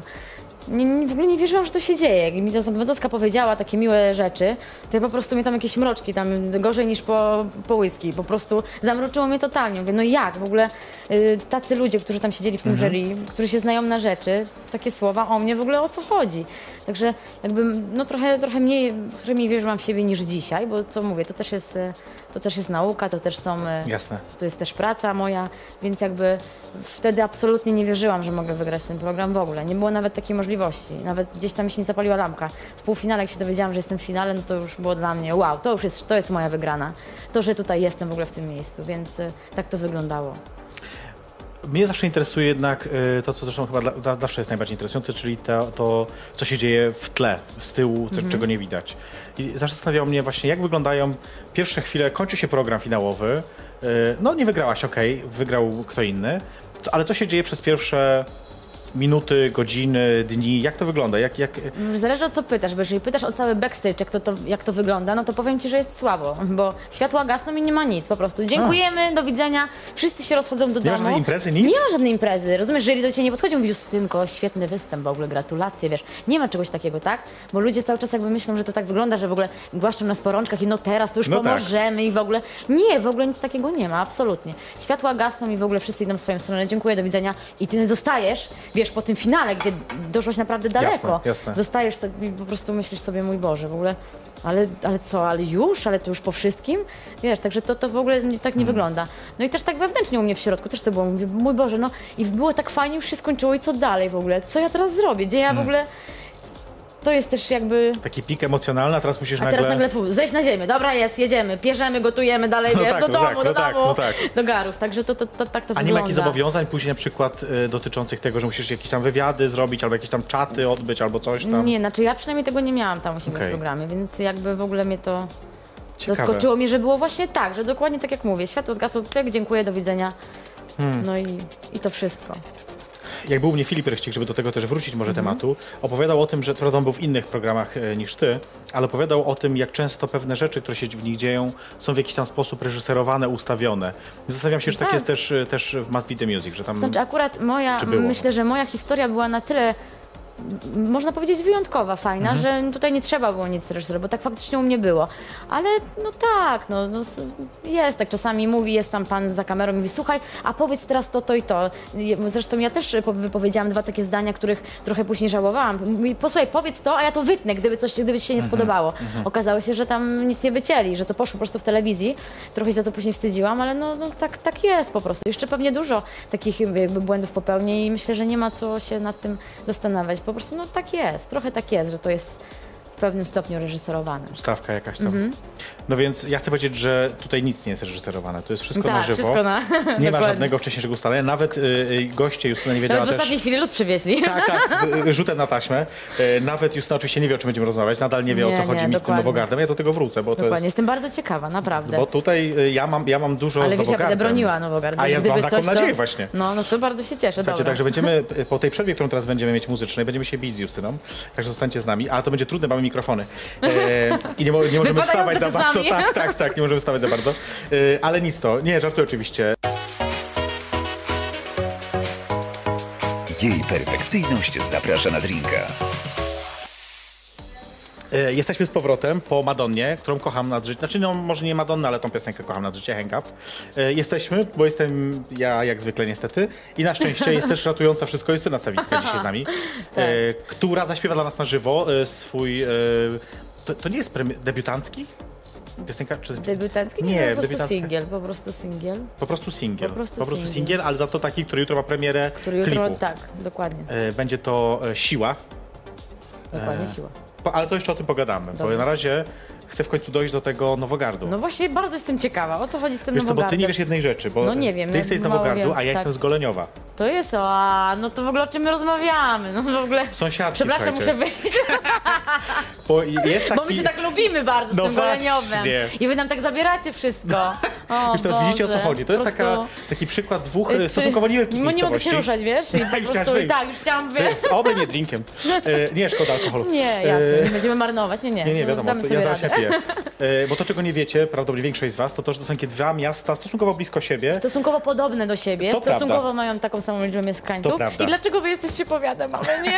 Speaker 2: W ogóle nie wierzyłam, że to się dzieje. Jak mi ta Zawodowska powiedziała takie miłe rzeczy, to ja po prostu mnie tam jakieś mroczki, tam gorzej niż po whisky. Po prostu zamroczyło mnie totalnie. Mówię, no jak? W ogóle tacy ludzie, którzy tam siedzieli w tym jury, którzy się znają na rzeczy, takie słowa o mnie w ogóle o co chodzi. Także jakby no trochę mniej wierzyłam w siebie niż dzisiaj, bo co mówię, to też jest nauka, to też są...
Speaker 1: Jasne.
Speaker 2: To jest też praca moja, więc jakby wtedy absolutnie nie wierzyłam, że mogę wygrać ten program w ogóle. Nie było nawet takiej możliwości. Nawet gdzieś tam mi się nie zapaliła lampka. W półfinale, jak się dowiedziałam, że jestem w finale, no to już było dla mnie wow, to jest moja wygrana. To, że tutaj jestem w ogóle w tym miejscu, więc tak to wyglądało.
Speaker 1: Mnie zawsze interesuje jednak to, co zresztą chyba zawsze jest najbardziej interesujące, czyli to co się dzieje w tle, z tyłu, czego nie widać. I zawsze zastanawiało mnie właśnie, jak wyglądają pierwsze chwile, kończy się program finałowy, no nie wygrałaś, wygrał kto inny, ale co się dzieje przez pierwsze minuty, godziny, dni, jak to wygląda?
Speaker 2: Zależy o co pytasz, bo jeżeli pytasz o cały backstage, jak to wygląda, no to powiem ci, że jest słabo, bo światła gasną i nie ma nic po prostu. Dziękujemy, do widzenia, wszyscy się rozchodzą do domu.
Speaker 1: Nie ma żadnej imprezy, nic?
Speaker 2: Nie ma żadnej imprezy, rozumiesz, jeżeli do ciebie nie podchodzi, mówi Justynko, świetny występ, w ogóle gratulacje, wiesz, nie ma czegoś takiego, tak? Bo ludzie cały czas jakby myślą, że to tak wygląda, że w ogóle głaszczą nas po rączkach i no teraz to już pomożemy tak. I w ogóle nic takiego nie ma, absolutnie. Światła gasną i w ogóle wszyscy idą w swoją stronę, dziękuję, do widzenia i ty zostajesz, wiesz, po tym finale, gdzie doszłaś naprawdę daleko.
Speaker 1: Jasne.
Speaker 2: Zostajesz to i po prostu myślisz sobie, mój Boże, w ogóle, ale co, ale to już po wszystkim? Wiesz, także to w ogóle tak nie wygląda. No i też tak wewnętrznie u mnie w środku też to było, mówię, mój Boże, no i było tak fajnie, już się skończyło i co dalej w ogóle? Co ja teraz zrobię? Gdzie ja w ogóle... To jest też jakby...
Speaker 1: Taki pik emocjonalny, a teraz musisz
Speaker 2: teraz nagle zejść na ziemię. Dobra jest, jedziemy, pierzemy, gotujemy dalej, wiesz, do domu, do garów. Także tak to wygląda.
Speaker 1: A nie ma jakichś zobowiązań później na przykład dotyczących tego, że musisz jakieś tam wywiady zrobić, albo jakieś tam czaty odbyć, albo coś tam?
Speaker 2: Nie, znaczy ja przynajmniej tego nie miałam tam u siebie w programie, więc jakby w ogóle mnie to...
Speaker 1: Ciekawe.
Speaker 2: Zaskoczyło mnie, że było właśnie tak, że dokładnie tak jak mówię, światło zgasło, tak, dziękuję, do widzenia. No i to wszystko.
Speaker 1: Jak był u mnie Filip Rechcik, żeby do tego też wrócić może tematu, opowiadał o tym, że co on był w innych programach niż ty, ale opowiadał o tym, jak często pewne rzeczy, które się w nich dzieją, są w jakiś tam sposób reżyserowane, ustawione. Zastanawiam się, że tak jest też w Must Be The Music, że tam...
Speaker 2: Znaczy akurat myślę, że moja historia była na tyle można powiedzieć, wyjątkowa, fajna, że tutaj nie trzeba było nic reżyserować, bo tak faktycznie u mnie było. Ale no tak, jest tak, czasami jest tam pan za kamerą i mówi, słuchaj, a powiedz teraz to i to. Zresztą ja też wypowiedziałam 2 takie zdania, których trochę później żałowałam. Mówi, posłuchaj, powiedz to, a ja to wytnę, gdyby ci się nie spodobało. Okazało się, że tam nic nie wycięli, że to poszło po prostu w telewizji. Trochę się za to później wstydziłam, ale tak jest po prostu. Jeszcze pewnie dużo takich jakby błędów popełnię i myślę, że nie ma co się nad tym zastanawiać. Po prostu tak jest, trochę tak jest, że to jest w pewnym stopniu reżyserowane.
Speaker 1: Stawka jakaś tam. No więc ja chcę powiedzieć, że tutaj nic nie jest reżyserowane. To jest wszystko na żywo.
Speaker 2: Wszystko
Speaker 1: nie ma żadnego wcześniejszego ustalenia. Nawet goście Justyna nie wiedziała
Speaker 2: nawet w ostatniej chwili lód przywieźli.
Speaker 1: Tak, rzutem na taśmę. Nawet Justyna oczywiście nie wie, o czym będziemy rozmawiać. Nadal nie wie, o co chodzi mi z tym Nowogardem. Ja do tego wrócę, bo to jest...
Speaker 2: Jestem bardzo ciekawa, naprawdę.
Speaker 1: Bo tutaj ja mam dużo z
Speaker 2: Ale wiesz, ja
Speaker 1: Nowogardem.
Speaker 2: będę broniła Nowogard.
Speaker 1: A ja mam taką nadzieję właśnie.
Speaker 2: No to bardzo się cieszę.
Speaker 1: Słuchajcie, także będziemy, po tej przerwie, którą teraz będziemy mieć muzycznej, będziemy się bić z Justyną. Także zostańcie z nami. A to będzie trudne, mamy mikrofony. I nie możemy wstawać za bardzo. Tak, nie możemy wstawać za bardzo. Ale nic to. Nie, żartuję oczywiście.
Speaker 3: Jej perfekcyjność zaprasza na drinka.
Speaker 1: Jesteśmy z powrotem po Madonnie, którą kocham nad życie. Znaczy, może nie Madonna, ale tą piosenkę kocham nad życie, Hang Up. Jesteśmy, bo jestem ja jak zwykle niestety. I na szczęście jest też ratująca wszystko Justyna Sawicka dzisiaj z nami, która zaśpiewa dla nas na żywo swój... To nie jest debiutancki? Piosenka, czy...
Speaker 2: Debiutancki?
Speaker 1: Nie,
Speaker 2: po prostu singiel.
Speaker 1: Po prostu singiel, ale za to taki, który jutro ma premierę klipu.
Speaker 2: Tak, dokładnie.
Speaker 1: Będzie to Siła.
Speaker 2: Dokładnie, Siła.
Speaker 1: Ale to jeszcze o tym pogadamy, bo na razie chcę w końcu dojść do tego Nowogardu.
Speaker 2: No właśnie, bardzo jestem ciekawa, o co chodzi z tym
Speaker 1: Wiesz co,
Speaker 2: Nowogardem.
Speaker 1: bo ty nie wiesz jednej rzeczy, bo
Speaker 2: nie wiem,
Speaker 1: ty jesteś z Nowogardu, a ja jestem z Goleniowa.
Speaker 2: To jest, no to w ogóle o czym my rozmawiamy, no w ogóle...
Speaker 1: Sąsiadki,
Speaker 2: przepraszam, muszę wyjść.
Speaker 1: Bo jest taki...
Speaker 2: Bo my się tak lubimy bardzo z tym Goleniowem.
Speaker 1: Właśnie.
Speaker 2: I wy nam tak zabieracie wszystko.
Speaker 1: Już teraz widzicie, o co chodzi. To jest taki przykład 2 stosunkowo niewielkich miejscowości.
Speaker 2: Nie mogę się ruszać, wiesz? I po prostu, już chciałam wyjść.
Speaker 1: Oby nie drinkiem. Nie, szkoda alkoholu.
Speaker 2: Nie, jasne, nie będziemy marnować. Nie,
Speaker 1: wiadomo,
Speaker 2: damy sobie
Speaker 1: ja zaraz
Speaker 2: radę.
Speaker 1: się piję. Bo to, czego nie wiecie, prawdopodobnie większość z was, to że to są takie 2 miasta stosunkowo blisko siebie.
Speaker 2: Stosunkowo podobne do siebie,
Speaker 1: To
Speaker 2: stosunkowo
Speaker 1: prawda.
Speaker 2: mają taką samą liczbę mieszkańców.
Speaker 1: To prawda.
Speaker 2: I dlaczego wy jesteście powiatem, ale nie?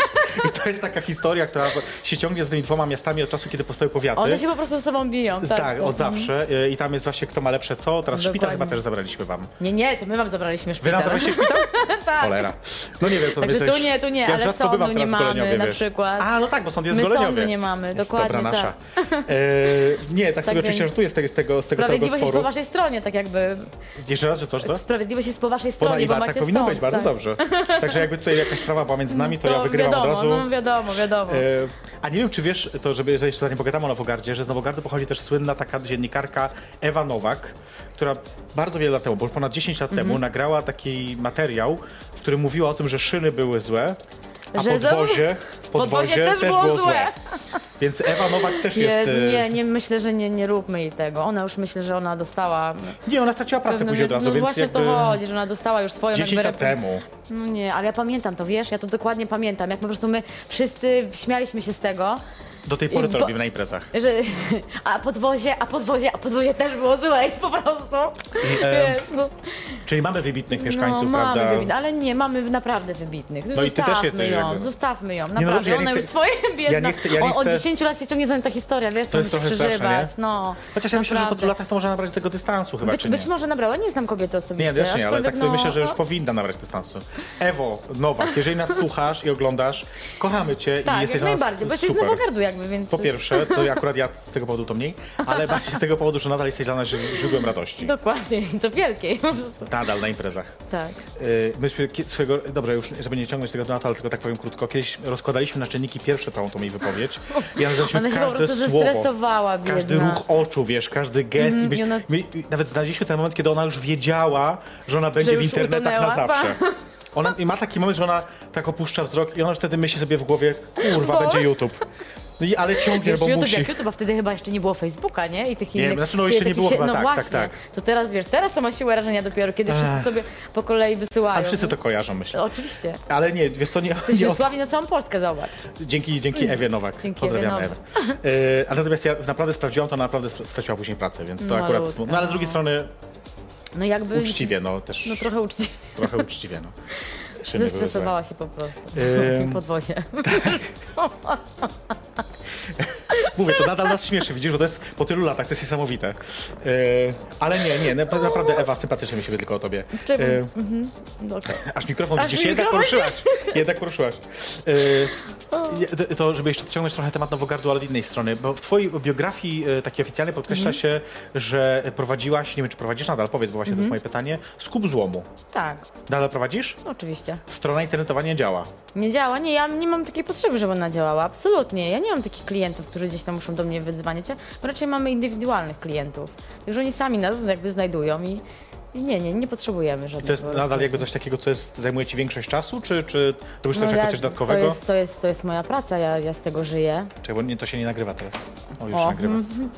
Speaker 1: I to jest taka historia, która się ciągnie z tymi 2 miastami od czasu, kiedy powstały powiaty.
Speaker 2: One się po prostu ze sobą biją.
Speaker 1: Tak, od zawsze. I tam jest właśnie kto ma lepsze co. Teraz
Speaker 2: Dokładnie.
Speaker 1: szpital chyba też zabraliśmy wam.
Speaker 2: Nie, to my wam zabraliśmy
Speaker 1: Wy
Speaker 2: szpital.
Speaker 1: nam zabraliście szpital?
Speaker 2: Tak.
Speaker 1: Cholera. No nie wiem, to
Speaker 2: Także
Speaker 1: jesteś...
Speaker 2: tu nie,
Speaker 1: Ja
Speaker 2: ale
Speaker 1: rzadko bywam
Speaker 2: sądu nie
Speaker 1: teraz w Goleniowie,
Speaker 2: mamy na
Speaker 1: wiesz.
Speaker 2: przykład.
Speaker 1: A, no tak, bo sąd jest w
Speaker 2: My
Speaker 1: Goleniowie.
Speaker 2: sądu nie mamy,
Speaker 1: Jest
Speaker 2: dokładnie
Speaker 1: dobra nasza.
Speaker 2: tak.
Speaker 1: Nie, tak sobie oczywiście żartuję z tego całego
Speaker 2: Sprawiedliwość jest po
Speaker 1: sporu.
Speaker 2: waszej stronie, tak jakby.
Speaker 1: Jeszcze raz, że co?
Speaker 2: Sprawiedliwość jest po waszej stronie, bo
Speaker 1: Tak
Speaker 2: macie
Speaker 1: powinno
Speaker 2: sąd.
Speaker 1: być, bardzo
Speaker 2: tak.
Speaker 1: dobrze. Także jakby tutaj jakaś sprawa była między nami, to ja wygrywam
Speaker 2: wiadomo,
Speaker 1: od razu.
Speaker 2: No wiadomo.
Speaker 1: A nie wiem, czy wiesz, to że jeszcze zanim pogadamy o Nowogardzie, że z Nowogardu pochodzi też słynna taka dziennikarka Ewa Nowak, która bardzo wiele lat temu, bo już ponad 10 lat temu, nagrała taki materiał, w którym mówiła o tym, że szyny były złe, a podwozie też było złe. Więc Ewa Nowak też jest...
Speaker 2: Nie, myślę, że nie róbmy jej tego. Ona już myślę, że ona dostała...
Speaker 1: Nie, ona straciła pracę później od razu,
Speaker 2: no
Speaker 1: więc
Speaker 2: właśnie
Speaker 1: jakby...
Speaker 2: to chodzi, że ona dostała już swoją...
Speaker 1: 10 lat temu.
Speaker 2: No nie, ale ja pamiętam to, wiesz, ja to dokładnie pamiętam, jak po prostu my wszyscy śmialiśmy się z tego.
Speaker 1: Do tej pory to robimy na imprezach.
Speaker 2: Że, a podwozie też było złe i po prostu, wiesz, no.
Speaker 1: Czyli mamy wybitnych mieszkańców,
Speaker 2: mamy
Speaker 1: prawda?
Speaker 2: Wybitnych, ale nie, mamy naprawdę wybitnych.
Speaker 1: No i ty też jesteś
Speaker 2: Zostawmy ją,
Speaker 1: no
Speaker 2: naprawdę,
Speaker 1: dobrze, ja nie
Speaker 2: ona
Speaker 1: chcę-
Speaker 2: już swoje biedna.
Speaker 1: Od
Speaker 2: 10 lat się ciągnie za nią ta historia, wiesz,
Speaker 1: To
Speaker 2: co
Speaker 1: jest
Speaker 2: musi
Speaker 1: trochę straszne,
Speaker 2: przeżywać.
Speaker 1: nie?
Speaker 2: No,
Speaker 1: Chociaż ja myślę, że po
Speaker 2: naprawdę.
Speaker 1: tylu latach to może nabrać tego dystansu chyba, czy nie?
Speaker 2: Być może nabrała, nie znam kobiety osobiście.
Speaker 1: Nie, też nie, ale tak
Speaker 2: aczkolwiek,
Speaker 1: sobie myślę, że już powinna nabrać dystansu. Ewo, Nowak, jeżeli nas słuchasz i oglądasz, kochamy cię
Speaker 2: tak,
Speaker 1: i jesteś
Speaker 2: jak
Speaker 1: dla nas
Speaker 2: najbardziej, bo jesteś z
Speaker 1: super.
Speaker 2: Nowogardu jakby, więc...
Speaker 1: Po pierwsze, to akurat ja z tego powodu to mniej, ale bardziej z tego powodu, że nadal jesteś dla nas źródłem radości.
Speaker 2: Dokładnie, to wielkiej po prostu.
Speaker 1: Nadal na imprezach.
Speaker 2: Tak.
Speaker 1: Myśmy swojego, dobrze, już żeby nie ciągnąć tego tematu, ale tylko tak powiem krótko, kiedyś rozkładaliśmy na czynniki pierwsze całą tą jej wypowiedź i analizowaliśmy
Speaker 2: Ona się po
Speaker 1: każde
Speaker 2: prostu
Speaker 1: słowo,
Speaker 2: zestresowała, biedna.
Speaker 1: każdy ruch oczu, wiesz, każdy gest.
Speaker 2: i ona-
Speaker 1: My nawet znaleźliśmy ten moment, kiedy ona już wiedziała, że ona będzie w
Speaker 2: już
Speaker 1: internetach
Speaker 2: utonęła.
Speaker 1: na zawsze. Ona i ma taki moment, że ona tak opuszcza wzrok i ona już wtedy myśli sobie w głowie, kurwa, będzie YouTube. No ale ciągnie,
Speaker 2: Wiesz,
Speaker 1: bo
Speaker 2: YouTube,
Speaker 1: musi.
Speaker 2: jak YouTube, a wtedy chyba jeszcze nie było Facebooka, nie? I tych
Speaker 1: Nie,
Speaker 2: innych...
Speaker 1: znaczy no jeszcze nie było chyba,
Speaker 2: no
Speaker 1: tak,
Speaker 2: właśnie.
Speaker 1: tak.
Speaker 2: To teraz, wiesz, teraz to ma siłę rażenia dopiero, kiedy wszyscy sobie po kolei wysyłają.
Speaker 1: Ale wszyscy to kojarzą, myślę.
Speaker 2: Oczywiście.
Speaker 1: Ale nie, wiesz co, nie
Speaker 2: Jesteśmy sławi na całą Polskę, zobacz.
Speaker 1: Dzięki Ewie Nowak.
Speaker 2: Dzięki
Speaker 1: Pozdrawiamy
Speaker 2: Ewie
Speaker 1: Ewę. Ale natomiast ja naprawdę sprawdziłam, to naprawdę straciła później pracę, więc to
Speaker 2: No,
Speaker 1: akurat
Speaker 2: ludzka,
Speaker 1: smutno. No ale z drugiej strony
Speaker 2: No jakby...
Speaker 1: uczciwie, no też.
Speaker 2: No trochę uczciwie.
Speaker 1: Trochę uczciwie, no. Szyny
Speaker 2: Zestresowała się po prostu. W podwozie.
Speaker 1: Mówię, to nadal nas śmieszy, widzisz, bo to jest po tylu latach, to jest niesamowite. Ale nie, naprawdę Ewa, sympatycznie myślimy tylko o tobie.
Speaker 2: Okay.
Speaker 1: Aż mikrofon,
Speaker 2: Aż
Speaker 1: widzisz,
Speaker 2: mikrofon.
Speaker 1: jednak poruszyłaś. To, żeby jeszcze ciągnąć trochę temat Nowogardu, ale od innej strony, bo w twojej biografii takiej oficjalnej podkreśla się, że prowadziłaś, nie wiem, czy prowadzisz nadal, powiedz, bo właśnie to jest moje pytanie, skup złomu.
Speaker 2: Tak,
Speaker 1: Nadal prowadzisz?
Speaker 2: oczywiście.
Speaker 1: Strona internetowa nie działa.
Speaker 2: Nie działa, nie, ja nie mam takiej potrzeby, żeby ona działała, absolutnie. Ja nie mam takich klientów, którzy gdzieś tam muszą do mnie wydzwaniać, bo raczej mamy indywidualnych klientów. Także oni sami nas jakby znajdują i nie potrzebujemy żadnego.
Speaker 1: To jest nadal jakby coś takiego, co zajmuje ci większość czasu, czy robisz to już jako coś dodatkowego?
Speaker 2: To jest moja praca, ja z tego żyję.
Speaker 1: Czekaj, bo to się nie nagrywa teraz. O, już się nagrywa.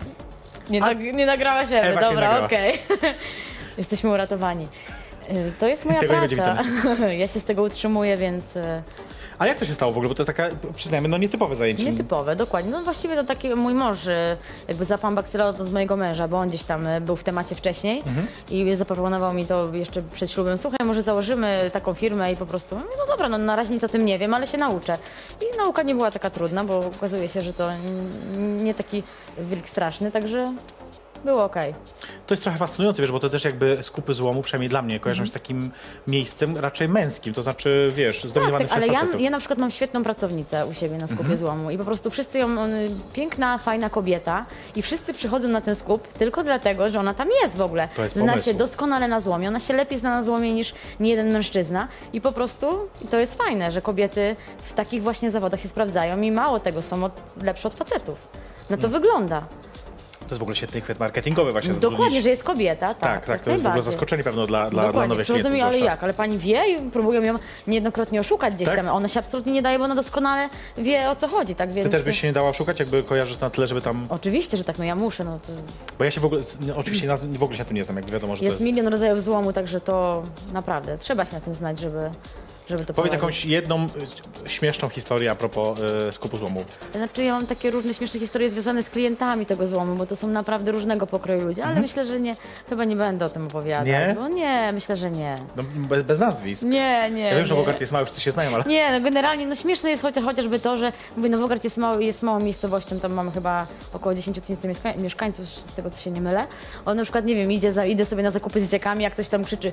Speaker 2: Nie nagrała się,
Speaker 1: Ewa się
Speaker 2: dobra,
Speaker 1: nagrała.
Speaker 2: okej. Jesteśmy uratowani. To jest moja
Speaker 1: Tego nie będzie
Speaker 2: praca. Ja się z tego utrzymuję, więc
Speaker 1: A jak to się stało w ogóle? Bo to taka, przyznajmy, no nietypowe zajęcie.
Speaker 2: nietypowe, dokładnie. No właściwie to taki mój mąż jakby zapał bakcyla od mojego męża, bo on gdzieś tam był w temacie wcześniej i zaproponował mi to jeszcze przed ślubem. Słuchaj, może założymy taką firmę i po prostu, mówię, no dobra, no na razie nic o tym nie wiem, ale się nauczę. I nauka nie była taka trudna, bo okazuje się, że to nie taki wilk straszny, także było okej.
Speaker 1: To jest trochę fascynujące, wiesz, bo to też jakby skupy złomu, przynajmniej dla mnie, kojarzą się z takim miejscem raczej męskim, to znaczy, wiesz, zdominowanym
Speaker 2: Tak, ale
Speaker 1: przez facetów.
Speaker 2: ja na przykład mam świetną pracownicę u siebie na skupie złomu i po prostu wszyscy piękna, fajna kobieta i wszyscy przychodzą na ten skup tylko dlatego, że ona tam jest w ogóle.
Speaker 1: To jest
Speaker 2: Zna
Speaker 1: pomysł.
Speaker 2: się doskonale na złomie, ona się lepiej zna na złomie niż niejeden mężczyzna i po prostu to jest fajne, że kobiety w takich właśnie zawodach się sprawdzają i mało tego, są lepsze od facetów. Na to wygląda.
Speaker 1: To jest w ogóle świetny chwyt marketingowy właśnie.
Speaker 2: Dokładnie, że jest kobieta,
Speaker 1: Tak,
Speaker 2: jak
Speaker 1: to jest w ogóle
Speaker 2: najbardziej.
Speaker 1: zaskoczenie pewno dla
Speaker 2: Dokładnie,
Speaker 1: nowych
Speaker 2: rozumiem,
Speaker 1: klientów.
Speaker 2: ale
Speaker 1: zwłaszcza.
Speaker 2: jak? Ale pani wie i próbują ją niejednokrotnie oszukać gdzieś
Speaker 1: Tak?
Speaker 2: tam. Ona się absolutnie nie daje, bo ona doskonale wie, o co chodzi, tak więc...
Speaker 1: Ty też byś się nie dała szukać, jakby kojarzysz na tyle, żeby tam...
Speaker 2: Oczywiście, że tak, no ja muszę, no to...
Speaker 1: Bo ja się w ogóle, oczywiście w ogóle się tu nie znam, jak wiadomo, że
Speaker 2: Jest
Speaker 1: to jest...
Speaker 2: milion rodzajów złomu, także to naprawdę, trzeba się na tym znać, żeby to
Speaker 1: Powiedz
Speaker 2: prowadzić.
Speaker 1: jakąś jedną śmieszną historię a propos skupu złomu.
Speaker 2: Znaczy ja mam takie różne śmieszne historie związane z klientami tego złomu, bo to są naprawdę różnego pokroju ludzie, ale myślę, że chyba nie będę o tym opowiadać.
Speaker 1: Nie?
Speaker 2: Bo nie, myślę, że nie.
Speaker 1: No, bez nazwisk.
Speaker 2: Nie.
Speaker 1: Ja wiem, że
Speaker 2: nie.
Speaker 1: Nowogard jest mały, wszyscy się znają, ale...
Speaker 2: Nie, no generalnie no śmieszne jest chociażby to, że mówię, Nowogard jest małą miejscowością, tam mamy chyba około 10 tysięcy mieszkańców, z tego co się nie mylę. On na przykład, nie wiem, idę sobie na zakupy z dzieciakami, jak ktoś tam krzyczy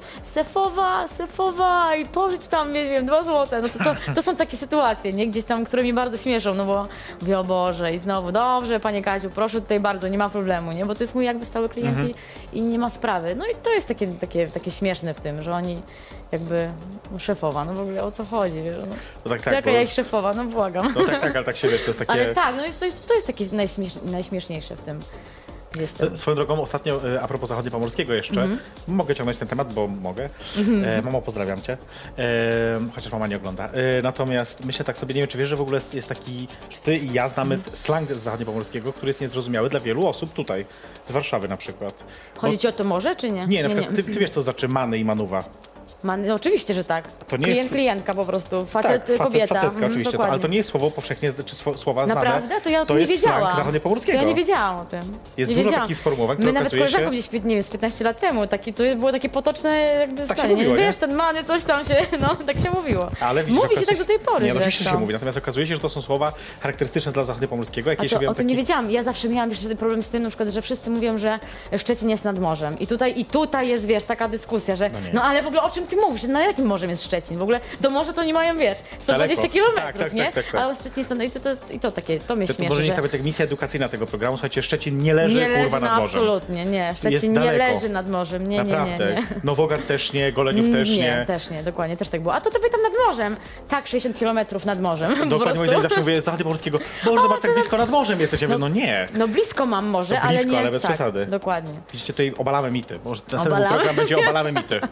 Speaker 2: Sefowa i pożycz tam, nie wiem, 2 złote. No to są takie sytuacje, nie? Gdzieś tam, które mnie bardzo śmieszą, no bo mówię, o Boże, i znowu, dobrze, Panie Kaziu, proszę tutaj bardzo, nie ma problemu, nie? Bo to jest mój jakby stały klient i nie ma sprawy. No i to jest takie śmieszne w tym, że oni jakby, no szefowa, no w ogóle o co chodzi, wiesz? No.
Speaker 1: No tak,
Speaker 2: Jaka
Speaker 1: bo...
Speaker 2: ja ich szefowa, no błagam.
Speaker 1: No tak, ale tak się wiesz, to jest takie...
Speaker 2: Ale tak, no to jest takie najśmieszniejsze w tym. Gdzieś tam.
Speaker 1: Swoją drogą, ostatnio, a propos Zachodniopomorskiego jeszcze, mogę ciągnąć ten temat, bo mogę. Mamo, pozdrawiam cię. Chociaż mama nie ogląda. Natomiast myślę tak sobie, nie wiem, czy wiesz, że w ogóle jest taki, że ty i ja znamy slang z Zachodniopomorskiego, który jest niezrozumiały dla wielu osób tutaj, z Warszawy na przykład.
Speaker 2: Chodzi ci o to może, czy nie?
Speaker 1: Nie, na przykład ty wiesz, co znaczy many i manuwa.
Speaker 2: No, oczywiście, że tak.
Speaker 1: To nie jest-
Speaker 2: Klientka po prostu, facet, kobieta.
Speaker 1: facetka, oczywiście,
Speaker 2: dokładnie.
Speaker 1: ale to nie jest słowo powszechnie, czy słowa znane.
Speaker 2: Naprawdę? To ja o tym
Speaker 1: to
Speaker 2: nie
Speaker 1: jest slang
Speaker 2: wiedziałam.
Speaker 1: Zachodniopomorskiego.
Speaker 2: To ja nie wiedziałam o tym.
Speaker 1: Jest
Speaker 2: nie
Speaker 1: dużo
Speaker 2: wiedziałam.
Speaker 1: takich sformułowań,
Speaker 2: My
Speaker 1: które
Speaker 2: nawet z
Speaker 1: okazuje
Speaker 2: koleżanką
Speaker 1: się...
Speaker 2: gdzieś, nie wiem, z 15 lat temu, to było takie potoczne jakby
Speaker 1: Tak się
Speaker 2: zdanie.
Speaker 1: mówiło, nie?
Speaker 2: Wiesz, ten many, coś tam się, no, tak się mówiło.
Speaker 1: Ale widzisz,
Speaker 2: Mówi się
Speaker 1: okazuje
Speaker 2: tak do tej pory
Speaker 1: Nie, no oczywiście
Speaker 2: zresztą.
Speaker 1: się mówi, natomiast okazuje się, że to są słowa charakterystyczne dla Zachodniopomorskiego.
Speaker 2: A to, o tym nie wiedziałam. Ja zawsze miałam jeszcze problem z tym, na przykład, że wszyscy mówią, że Szczecin jest nad morzem. I tutaj jest, wiesz, taka dyskusja, że
Speaker 1: nie
Speaker 2: no
Speaker 1: jest.
Speaker 2: ale w ogóle o czym ty mówisz? Na jakim morzem jest Szczecin? W ogóle do morza to nie mają, wiesz, 120
Speaker 1: Daleko.
Speaker 2: kilometrów,
Speaker 1: Tak,
Speaker 2: nie?
Speaker 1: tak.
Speaker 2: Ale Szczecin jest nad... I to takie, to mnie
Speaker 1: To
Speaker 2: śmieszy,
Speaker 1: może nie
Speaker 2: że...
Speaker 1: nawet jak misja edukacyjna tego programu. Słuchajcie, Szczecin nie leży,
Speaker 2: Nie leży,
Speaker 1: kurwa, nad
Speaker 2: no
Speaker 1: morzem.
Speaker 2: absolutnie, nie.
Speaker 1: Jest
Speaker 2: Szczecin nie
Speaker 1: daleko.
Speaker 2: leży nad morzem, nie.
Speaker 1: Naprawdę. Nowogard też nie, Goleniów też nie.
Speaker 2: też nie, dokładnie, też tak było. A to wy tam nad morzem. Tak, 60 kilometrów nad morzem. po
Speaker 1: Dokładnie, moi
Speaker 2: prostu.
Speaker 1: zawsze mówię z Zachodniopomorskiego, Boże, zobacz, tak blisko nad morzem jesteś. Ja mówię, no nie.
Speaker 2: No blisko mam morze,
Speaker 1: To blisko,
Speaker 2: ale nie...
Speaker 1: ale bez
Speaker 2: tak,
Speaker 1: przesady.
Speaker 2: Dokładnie.
Speaker 1: Widzicie, tutaj obalamy mity. Może następny
Speaker 2: Obalamy.
Speaker 1: program będzie obalamy mity.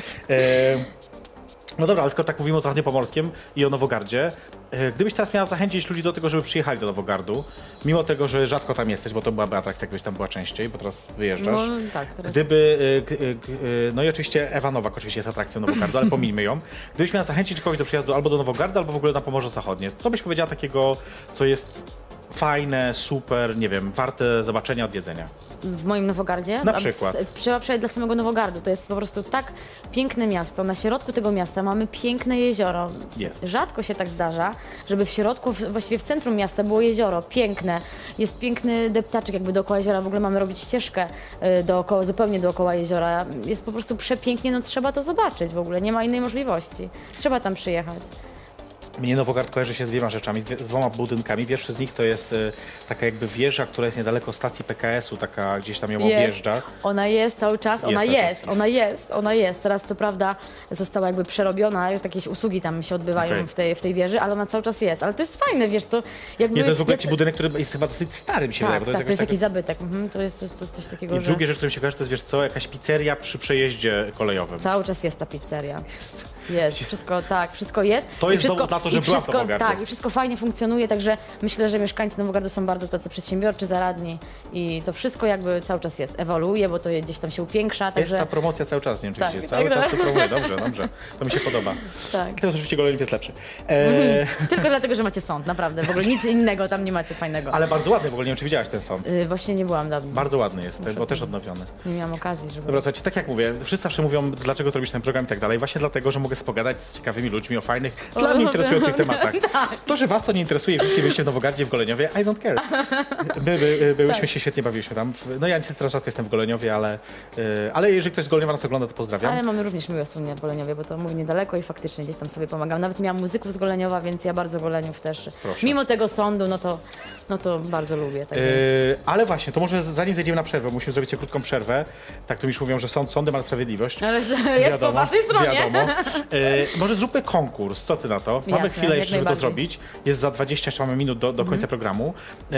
Speaker 1: No dobra, ale skoro tak mówimy o Zachodniopomorskim i o Nowogardzie, gdybyś teraz miała zachęcić ludzi do tego, żeby przyjechali do Nowogardu, mimo tego, że rzadko tam jesteś, bo to byłaby atrakcja, jakbyś tam była częściej, bo teraz wyjeżdżasz.
Speaker 2: No tak, teraz...
Speaker 1: No i oczywiście Ewa Nowak oczywiście jest atrakcją Nowogardu, ale pomijmy ją. Gdybyś miała zachęcić kogoś do przyjazdu albo do Nowogardu, albo w ogóle na Pomorze Zachodnie, co byś powiedziała takiego, co jest fajne, super, nie wiem, warte zobaczenia, odwiedzenia?
Speaker 2: W moim Nowogardzie?
Speaker 1: Na przykład.
Speaker 2: Trzeba przejść dla samego Nowogardu. To jest po prostu tak piękne miasto. Na środku tego miasta mamy piękne jezioro.
Speaker 1: Jest.
Speaker 2: Rzadko się tak zdarza, żeby w środku, właściwie w centrum miasta było jezioro piękne. Jest piękny deptaczek jakby dookoła jeziora. W ogóle mamy robić ścieżkę dookoła, zupełnie dookoła jeziora. Jest po prostu przepięknie, no trzeba to zobaczyć w ogóle. Nie ma innej możliwości. Trzeba tam przyjechać.
Speaker 1: Mnie Nowogard kojarzy się z dwiema rzeczami, z dwoma budynkami. Pierwszy z nich to jest taka jakby wieża, która jest niedaleko stacji PKS-u, taka gdzieś tam ją objeżdża.
Speaker 2: Ona jest cały czas, ona jest. Teraz co prawda została jakby przerobiona, jakieś usługi tam się odbywają w tej wieży, ale ona cały czas jest. Ale to jest fajne, wiesz, to jakby...
Speaker 1: Nie, to jest w ogóle taki budynek, który jest chyba dosyć stary, mi się wydaje.
Speaker 2: Bo to jest jakiś zabytek. To jest coś takiego,
Speaker 1: I drugie rzecz, która mi się kojarzy, to jest, wiesz co, jakaś pizzeria przy przejeździe kolejowym.
Speaker 2: Cały czas jest ta pizzeria. Jest, wszystko jest.
Speaker 1: To jest
Speaker 2: wszystko,
Speaker 1: dowód na to, że była w Nowogardzie.
Speaker 2: Tak, i wszystko fajnie funkcjonuje, także myślę, że mieszkańcy Nowogardu są bardzo tacy przedsiębiorczy, zaradni i to wszystko jakby cały czas jest, ewoluuje, bo to gdzieś tam się upiększa. Także...
Speaker 1: Jest ta promocja cały czas, nie oczywiście.
Speaker 2: Tak,
Speaker 1: cały czas to promuje, dobrze. To mi się podoba.
Speaker 2: Tak.
Speaker 1: Teraz oczywiście Goleniów jest lepszy.
Speaker 2: Tylko dlatego, że macie sąd, naprawdę. W ogóle nic innego tam nie macie fajnego.
Speaker 1: Ale bardzo ładny, w ogóle nie wiem, czy widziałaś ten sąd.
Speaker 2: Właśnie nie byłam dawno.
Speaker 1: Bardzo ładny jest, bo też odnowiony.
Speaker 2: Nie miałam okazji, żeby...
Speaker 1: Dobra, słuchajcie, tak jak mówię, wszyscy zawsze mówią, dlaczego to robisz ten program i tak dalej. Właśnie dlatego, że mogę pogadać z ciekawymi ludźmi o fajnych, dla mnie interesujących tematach. To, że was to nie interesuje, jeśli byliście w Nowogardzie, w Goleniowie, I don't care. Byłyśmy się, świetnie bawiliśmy tam. No ja niestety teraz rzadko jestem w Goleniowie, ale jeżeli ktoś z Goleniowa nas ogląda, to pozdrawiam.
Speaker 2: Ale mamy również miłe wspomnienia w Goleniowie, bo to mówi niedaleko i faktycznie gdzieś tam sobie pomagam. Nawet miałam muzyków z Goleniowa, więc ja bardzo Goleniów też.
Speaker 1: Proszę.
Speaker 2: Mimo tego sądu, no to bardzo lubię. Tak więc.
Speaker 1: Ale właśnie, to może zanim zejdziemy na przerwę, musimy zrobić sobie krótką przerwę. Tak to mi już mówią, że sądem, ale sprawiedliwość.
Speaker 2: Ale jest po waszej stronie.
Speaker 1: Wiadomo. Może zróbmy konkurs, co ty na to? Mamy
Speaker 2: Jasne,
Speaker 1: chwilę
Speaker 2: jak
Speaker 1: jeszcze, żeby to
Speaker 2: najbardziej.
Speaker 1: zrobić. Jest za 20 mamy minut do końca programu.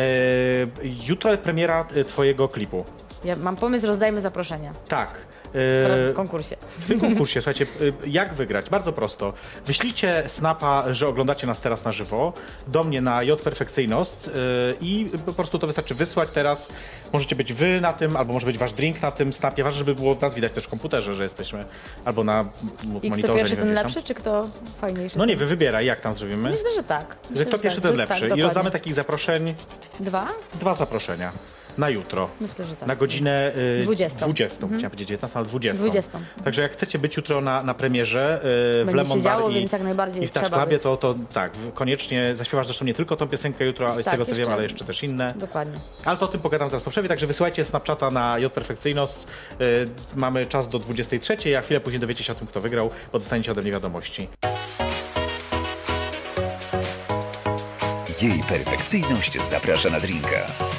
Speaker 1: Jutro premiera twojego klipu.
Speaker 2: Ja mam pomysł, rozdajmy zaproszenia
Speaker 1: Tak.
Speaker 2: w konkursie.
Speaker 1: W tym konkursie, słuchajcie, jak wygrać? Bardzo prosto. Wyślijcie snapa, że oglądacie nas teraz na żywo, do mnie na jperfekcyjność i po prostu to wystarczy wysłać teraz. Możecie być wy na tym, albo może być wasz drink na tym snapie. Ważne, żeby było nas widać też w komputerze, że jesteśmy, albo na
Speaker 2: I
Speaker 1: monitorze.
Speaker 2: kto pierwszy,
Speaker 1: nie wiem,
Speaker 2: ten
Speaker 1: gdzieś tam.
Speaker 2: lepszy, czy kto fajniejszy?
Speaker 1: No nie, wy wybieraj, jak tam zrobimy.
Speaker 2: Myślę, że tak.
Speaker 1: Że
Speaker 2: Myślę,
Speaker 1: kto pierwszy,
Speaker 2: tak.
Speaker 1: ten lepszy.
Speaker 2: Tak,
Speaker 1: I rozdamy
Speaker 2: dokładnie.
Speaker 1: takich zaproszeń,
Speaker 2: 2
Speaker 1: zaproszenia. Na jutro.
Speaker 2: Myślę, że tak.
Speaker 1: Na godzinę
Speaker 2: 20.
Speaker 1: 20. Chciałem powiedzieć 19, ale 20.
Speaker 2: 20.
Speaker 1: Także jak chcecie być jutro na premierze w
Speaker 2: Będzie
Speaker 1: Lemon
Speaker 2: się
Speaker 1: Bar
Speaker 2: działo, więc jak najbardziej
Speaker 1: i w Touch
Speaker 2: trzeba
Speaker 1: Clubie,
Speaker 2: być.
Speaker 1: to tak, koniecznie zaśpiewasz zresztą nie tylko tą piosenkę jutro, ale z
Speaker 2: Tak,
Speaker 1: tego co wiem,
Speaker 2: jeszcze-
Speaker 1: ale jeszcze też inne.
Speaker 2: Dokładnie.
Speaker 1: Ale to o tym pogadam zaraz po przerwie, także wysyłajcie Snapchata na jperfekcyjność. Mamy czas do 23, a chwilę później dowiecie się o tym, kto wygrał, bo dostaniecie ode mnie wiadomości.
Speaker 3: Jej perfekcyjność zaprasza na drinka.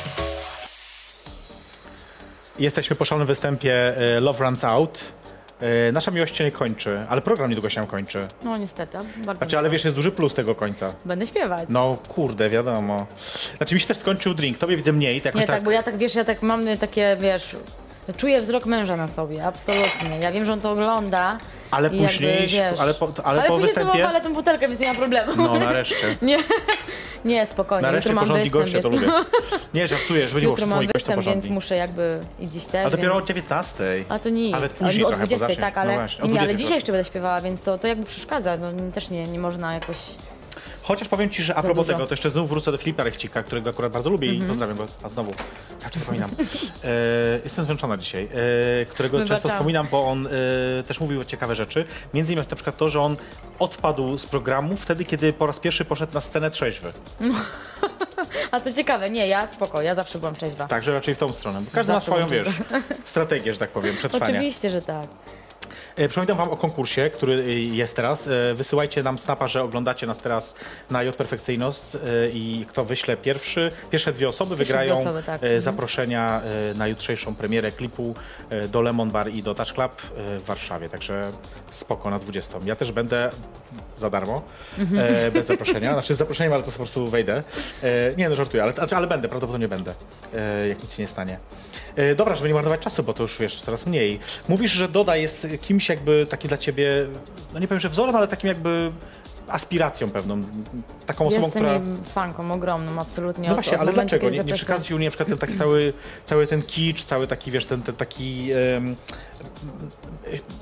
Speaker 1: Jesteśmy po szalonym występie Love Runs Out. Nasza miłość się nie kończy, ale program niedługo się kończy.
Speaker 2: No niestety, bardzo.
Speaker 1: Znaczy, ale wiesz, jest duży plus tego końca.
Speaker 2: Będę śpiewać.
Speaker 1: No kurde, wiadomo. Znaczy mi się też skończył drink, tobie widzę mniej. Tak
Speaker 2: Nie,
Speaker 1: jakoś
Speaker 2: tak, bo ja tak, wiesz, ja tak mam takie, wiesz, czuję wzrok męża na sobie, absolutnie. Ja wiem, że on to ogląda.
Speaker 1: Ale
Speaker 2: i
Speaker 1: później,
Speaker 2: jakby, wiesz,
Speaker 1: ale po
Speaker 2: później
Speaker 1: występie...
Speaker 2: to mam tą butelkę, więc nie ma problemu.
Speaker 1: No nareszcie.
Speaker 2: Nie, spokojnie.
Speaker 1: Nareszcie
Speaker 2: Jutro mam
Speaker 1: porządni
Speaker 2: występ,
Speaker 1: goście, to
Speaker 2: więc...
Speaker 1: lubię. Nie, żartuję, żeby nie było
Speaker 2: Jutro
Speaker 1: wszystko
Speaker 2: mam
Speaker 1: moich gości, to
Speaker 2: występ, więc
Speaker 1: porządni.
Speaker 2: muszę jakby i dziś też.
Speaker 1: A dopiero
Speaker 2: więc...
Speaker 1: od 19.
Speaker 2: A to nic.
Speaker 1: Ale później
Speaker 2: o
Speaker 1: trochę, bo
Speaker 2: 20,
Speaker 1: zacznie.
Speaker 2: tak, ale,
Speaker 1: No właśnie, o
Speaker 2: nie, ale
Speaker 1: 20
Speaker 2: dzisiaj jeszcze będę śpiewała, więc to jakby przeszkadza. No, też nie można jakoś...
Speaker 1: Chociaż powiem ci, że a propos
Speaker 2: dużo.
Speaker 1: tego, to jeszcze znów wrócę do Filipa Rechcika, którego akurat bardzo lubię i pozdrawiam go, a znowu, cały czas wspominam. Jestem zmęczona dzisiaj, którego często
Speaker 2: Wybaczam.
Speaker 1: wspominam, bo on też mówił ciekawe rzeczy. Między innymi na przykład to, że on odpadł z programu wtedy, kiedy po raz pierwszy poszedł na scenę trzeźwy.
Speaker 2: A to ciekawe, nie, ja zawsze byłam trzeźwa.
Speaker 1: Także raczej w tą stronę. Bo każdy ma
Speaker 2: Zawsze
Speaker 1: swoją,
Speaker 2: byłam
Speaker 1: wiesz, strategię, że tak powiem, przetrwania.
Speaker 2: Oczywiście, że tak.
Speaker 1: Przypominam wam o konkursie, który jest teraz. Wysyłajcie nam snapa, że oglądacie nas teraz na jperfekcyjność i kto wyśle pierwsze 2 osoby wygrają
Speaker 2: dwie osoby, tak.
Speaker 1: zaproszenia na jutrzejszą premierę klipu do Lemon Bar i do Touch Club w Warszawie. Także spoko na 20. Ja też będę za darmo, bez zaproszenia. Znaczy z zaproszeniem, ale to po prostu wejdę. Nie, no żartuję, ale będę, prawdopodobnie będę, jak nic się nie stanie. Dobra, żeby nie marnować czasu, bo to już wiesz, coraz mniej. Mówisz, że Doda jest kimś jakby taki dla ciebie, no nie powiem, że wzorem, ale takim jakby aspiracją pewną. Taką osobą,
Speaker 2: Jestem
Speaker 1: która...
Speaker 2: jej fanką ogromną, absolutnie.
Speaker 1: No właśnie, ale
Speaker 2: momentu,
Speaker 1: dlaczego?
Speaker 2: kiedy
Speaker 1: Nie
Speaker 2: zaczęłam-
Speaker 1: przeszkadza ci na przykład ten taki cały ten kicz, cały taki, wiesz, ten taki...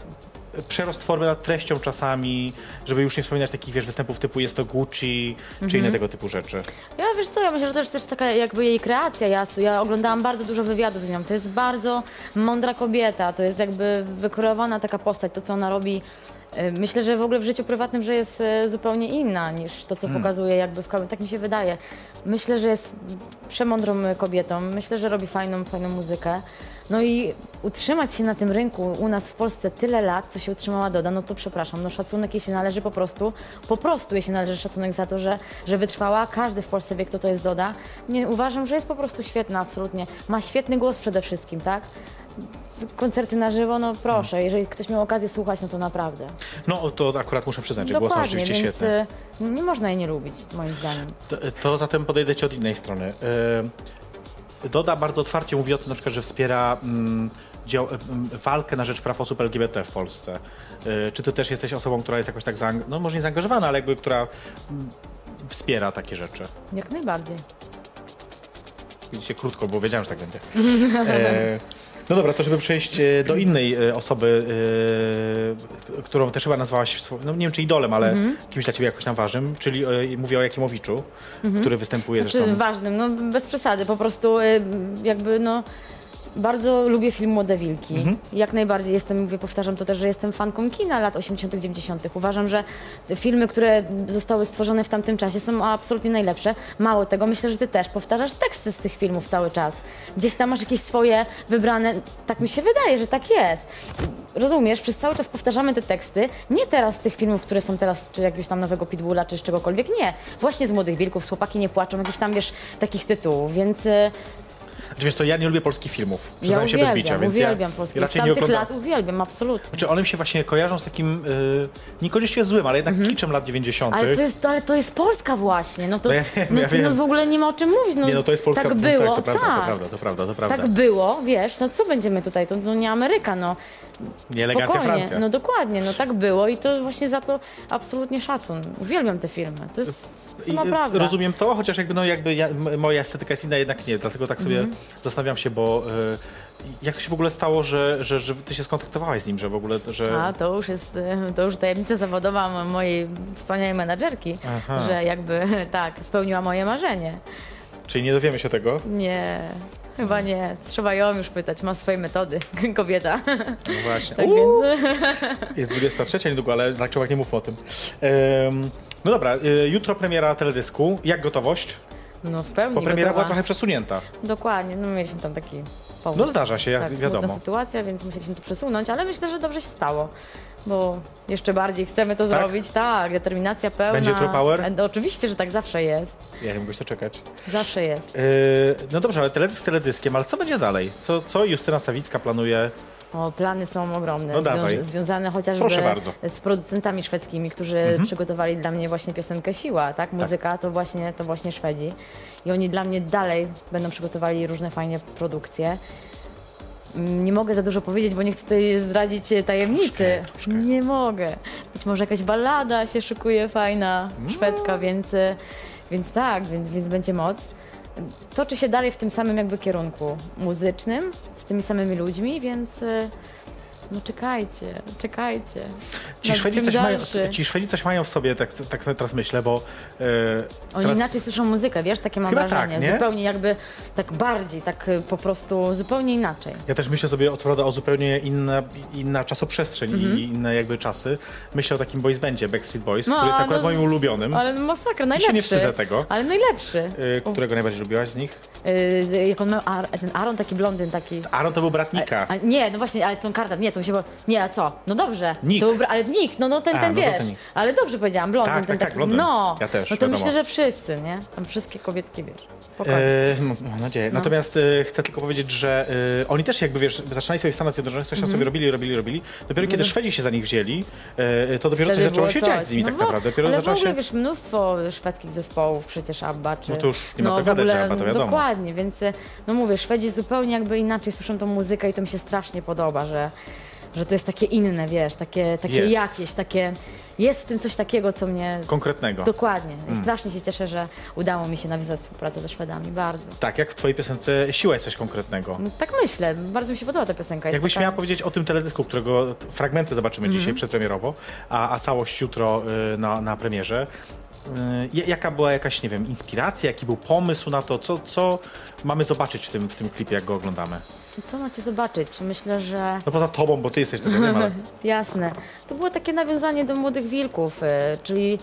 Speaker 1: przerost formy nad treścią czasami, żeby już nie wspominać takich, wiesz, występów typu jest to Gucci, czy inne tego typu rzeczy.
Speaker 2: Ja wiesz co, ja myślę, że to jest też taka jakby jej kreacja. Ja oglądałam bardzo dużo wywiadów z nią. To jest bardzo mądra kobieta, to jest jakby wykreowana taka postać, to co ona robi. Myślę, że w ogóle w życiu prywatnym, że jest zupełnie inna niż to, co pokazuje jakby w tak mi się wydaje. Myślę, że jest przemądrą kobietą, myślę, że robi fajną muzykę. No i utrzymać się na tym rynku u nas w Polsce tyle lat, co się utrzymała Doda, no to przepraszam, no szacunek jej się należy po prostu jej się należy szacunek za to, że wytrwała. Każdy w Polsce wie, kto to jest Doda. Nie, uważam, że jest po prostu świetna, absolutnie. Ma świetny głos przede wszystkim, tak? Koncerty na żywo, no proszę, jeżeli ktoś miał okazję słuchać, no to naprawdę.
Speaker 1: No to akurat muszę przyznać, że głos ma rzeczywiście
Speaker 2: więc
Speaker 1: świetny.
Speaker 2: nie można jej nie lubić, moim zdaniem.
Speaker 1: To zatem podejdę ci od innej strony. Doda bardzo otwarcie mówi o tym, na przykład, że wspiera walkę na rzecz praw osób LGBT w Polsce. Czy ty też jesteś osobą, która jest jakoś tak, no może nie zaangażowana, ale jakby która wspiera takie rzeczy?
Speaker 2: Jak najbardziej.
Speaker 1: Widzicie, krótko, bo wiedziałem, że tak będzie. No dobra, to żeby przejść do innej osoby, którą też chyba nazwałaś, no nie wiem czy idolem, ale kimś dla ciebie jakoś tam ważnym, czyli mówię o Jakimowiczu, który występuje zresztą...
Speaker 2: Ważnym, no bez przesady, po prostu jakby no... Bardzo lubię film Młode Wilki. Jak najbardziej powtarzam to też, że jestem fanką kina lat 80., 90. Uważam, że filmy, które zostały stworzone w tamtym czasie są absolutnie najlepsze. Mało tego, myślę, że ty też powtarzasz teksty z tych filmów cały czas. Gdzieś tam masz jakieś swoje wybrane, tak mi się wydaje, że tak jest. Rozumiesz, przez cały czas powtarzamy te teksty, nie teraz z tych filmów, które są teraz, czy jakiegoś tam nowego Pitbulla, czy z czegokolwiek, nie. Właśnie z Młodych Wilków, z Chłopaki nie płaczą, jakiś tam, wiesz, takich tytułów, więc...
Speaker 1: Wiesz co, ja nie lubię polskich filmów,
Speaker 2: Ja
Speaker 1: przyznaję się bez bicia, więc
Speaker 2: uwielbiam polskie. Z tamtych lat uwielbiam, absolutnie.
Speaker 1: Znaczy one mi się właśnie kojarzą z takim, niekoniecznie złym, ale jednak kiczem lat 90.
Speaker 2: Ale to jest Polska właśnie, no to
Speaker 1: No ja wiem.
Speaker 2: no w ogóle nie ma o czym mówić, no,
Speaker 1: Nie, no to jest Polska,
Speaker 2: tak było,
Speaker 1: no tak, to prawda.
Speaker 2: Tak było, wiesz, no co będziemy tutaj, to no nie Ameryka, no.
Speaker 1: Nie elegancja
Speaker 2: Spokojnie,
Speaker 1: Francja.
Speaker 2: no dokładnie, no tak było i to właśnie za to absolutnie szacun. Uwielbiam te filmy, to jest sama prawda.
Speaker 1: Rozumiem to, chociaż jakby, no jakby moja estetyka jest inna, jednak nie, dlatego tak sobie zastanawiam się, bo jak to się w ogóle stało, że ty się skontaktowałaś z nim, że w ogóle, że...
Speaker 2: A, to już tajemnica zawodowa mojej wspaniałej menadżerki, że jakby tak, spełniła moje marzenie.
Speaker 1: Czyli nie dowiemy się tego?
Speaker 2: Nie, chyba nie. Trzeba ją już pytać, ma swoje metody, kobieta.
Speaker 1: No właśnie.
Speaker 2: Tak więc...
Speaker 1: Jest 23 niedługo, ale tak czy owak nie mówmy o tym. No dobra, jutro premiera teledysku. Jak gotowość?
Speaker 2: No w pełni
Speaker 1: Bo premiera
Speaker 2: gotowa.
Speaker 1: była trochę przesunięta.
Speaker 2: Dokładnie, no mieliśmy tam taki powód.
Speaker 1: No zdarza się, jak
Speaker 2: tak,
Speaker 1: wiadomo.
Speaker 2: smutna sytuacja, więc musieliśmy to przesunąć, ale myślę, że dobrze się stało. Bo jeszcze bardziej chcemy to zrobić. Tak, determinacja pełna.
Speaker 1: Będzie True Power?
Speaker 2: Oczywiście, że tak zawsze jest.
Speaker 1: Ja nie mogę się doczekać.
Speaker 2: Zawsze jest.
Speaker 1: No dobrze, ale teledysk teledyskiem, ale co będzie dalej? Co Justyna Sawicka planuje?
Speaker 2: O, plany są ogromne,
Speaker 1: No dawaj.
Speaker 2: związane chociażby
Speaker 1: Proszę bardzo.
Speaker 2: z producentami szwedzkimi, którzy przygotowali dla mnie właśnie piosenkę Siła, tak? Muzyka to właśnie Szwedzi. I oni dla mnie dalej będą przygotowali różne fajne produkcje. Nie mogę za dużo powiedzieć, bo nie chcę tutaj zdradzić tajemnicy.
Speaker 1: Troszkę.
Speaker 2: Nie mogę. Być może jakaś ballada się szykuje fajna, szwedzka, więc będzie moc. Toczy się dalej w tym samym jakby kierunku muzycznym, z tymi samymi ludźmi, więc no czekajcie.
Speaker 1: Ci Szwedzi coś mają w sobie, tak teraz myślę, bo...
Speaker 2: Oni
Speaker 1: teraz...
Speaker 2: inaczej słyszą muzykę, wiesz, takie mam
Speaker 1: Chyba
Speaker 2: wrażenie.
Speaker 1: tak, nie?
Speaker 2: Zupełnie jakby, tak bardziej, tak po prostu zupełnie inaczej.
Speaker 1: Ja też myślę sobie o zupełnie inna czasoprzestrzeń i inne jakby czasy. Myślę o takim boys bandzie Backstreet Boys, który jest akurat moim ulubionym.
Speaker 2: Ale masakra,
Speaker 1: I
Speaker 2: najlepszy.
Speaker 1: się nie wstydzę tego.
Speaker 2: Ale najlepszy.
Speaker 1: Którego najbardziej lubiłaś z nich?
Speaker 2: Jak on miał, ten Aaron, taki blondyn, taki...
Speaker 1: Aaron to był brat Nika.
Speaker 2: Nie, no właśnie, ale ten Kardar, nie, to mi się... Nie, a co? No dobrze.
Speaker 1: Nick.
Speaker 2: To był, ale Nick, no ten
Speaker 1: no to
Speaker 2: wiesz.
Speaker 1: Nick.
Speaker 2: Ale dobrze powiedziałam, blondyn.
Speaker 1: Tak,
Speaker 2: ten
Speaker 1: tak, blondyn.
Speaker 2: No,
Speaker 1: Ja też,
Speaker 2: no to
Speaker 1: wiadomo.
Speaker 2: myślę, że wszyscy, nie? Tam wszystkie kobietki, wiesz. Spokojnie.
Speaker 1: Mam nadzieję. Natomiast chcę tylko powiedzieć, że oni też jakby, wiesz, zaczynali sobie w Stanach Zjednoczonych, coś tam sobie robili. Dopiero kiedy Szwedzi się za nich wzięli, to dopiero coś zaczęło się dziać z nimi tak naprawdę. Dopiero
Speaker 2: ale
Speaker 1: zaczęło
Speaker 2: w ogóle,
Speaker 1: się...
Speaker 2: wiesz, mnóstwo szwedzkich zespołów, przecież ABBA, czy...
Speaker 1: No to już nie ma co
Speaker 2: w
Speaker 1: gadać,
Speaker 2: ogóle,
Speaker 1: że ABBA, to wiadomo.
Speaker 2: Dokładnie, więc no mówię, Szwedzi zupełnie jakby inaczej słyszą tą muzykę i to mi się strasznie podoba, że to jest takie inne, wiesz, takie
Speaker 1: Jest.
Speaker 2: jakieś, takie... Jest w tym coś takiego, co mnie...
Speaker 1: Konkretnego.
Speaker 2: Dokładnie. I strasznie się cieszę, że udało mi się nawiązać współpracę ze Szwedami. Bardzo.
Speaker 1: Tak, jak w twojej piosence Siła jest coś konkretnego.
Speaker 2: No, tak myślę. Bardzo mi się podoba ta piosenka. Jest
Speaker 1: Jakbyś
Speaker 2: taka...
Speaker 1: miała powiedzieć o tym teledysku, którego fragmenty zobaczymy dzisiaj przedpremierowo, a całość jutro na premierze. Jaka była jakaś, nie wiem, inspiracja, jaki był pomysł na to, co mamy zobaczyć w tym klipie, jak go oglądamy?
Speaker 2: Co macie zobaczyć? Myślę, że...
Speaker 1: No poza tobą, bo ty jesteś tego, wiem, ale...
Speaker 2: Jasne. To było takie nawiązanie do Młodych Wilków, czyli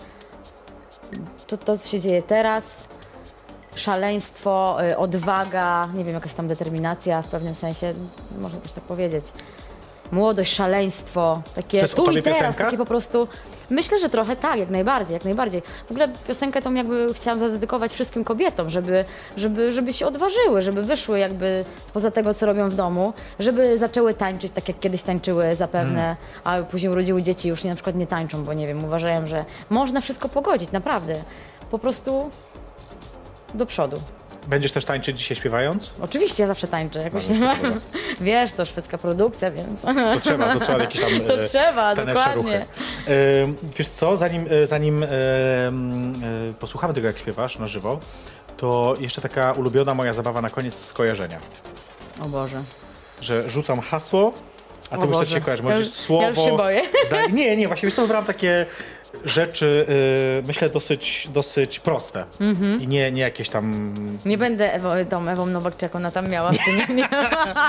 Speaker 2: to, co się dzieje teraz, szaleństwo, odwaga, nie wiem, jakaś tam determinacja w pewnym sensie, można też tak powiedzieć. Młodość, szaleństwo, takie
Speaker 1: To jest o
Speaker 2: tu
Speaker 1: tobie
Speaker 2: i teraz,
Speaker 1: piosenka?
Speaker 2: takie po prostu... Myślę, że trochę tak, jak najbardziej, jak najbardziej. W ogóle piosenkę tą jakby chciałam zadedykować wszystkim kobietom, żeby się odważyły, żeby wyszły jakby spoza tego, co robią w domu, żeby zaczęły tańczyć tak, jak kiedyś tańczyły zapewne, a później urodziły dzieci i już na przykład nie tańczą, bo nie wiem, uważają, że można wszystko pogodzić, naprawdę. Po prostu do przodu.
Speaker 1: Będziesz też tańczyć dzisiaj śpiewając?
Speaker 2: Oczywiście ja zawsze tańczę, jakoś
Speaker 1: Bardzo mi się podoba.
Speaker 2: wiesz, to szwedzka produkcja, więc...
Speaker 1: To trzeba jakieś tam
Speaker 2: To trzeba,
Speaker 1: taneczne
Speaker 2: dokładnie.
Speaker 1: ruchy. Wiesz co, zanim posłuchamy tego, jak śpiewasz na żywo, to jeszcze taka ulubiona moja zabawa na koniec skojarzenia.
Speaker 2: O Boże.
Speaker 1: Że rzucam hasło, a ty
Speaker 2: O
Speaker 1: musisz
Speaker 2: Boże.
Speaker 1: się kojarzyć.
Speaker 2: Ja
Speaker 1: Możesz
Speaker 2: już-
Speaker 1: słowo...
Speaker 2: ja już się boję.
Speaker 1: Nie, właśnie wiesz co, wybrałam takie rzeczy, myślę, dosyć proste. I nie jakieś tam...
Speaker 2: Nie będę Ewą Nowak, czy jak ona tam miała z tym. Nie.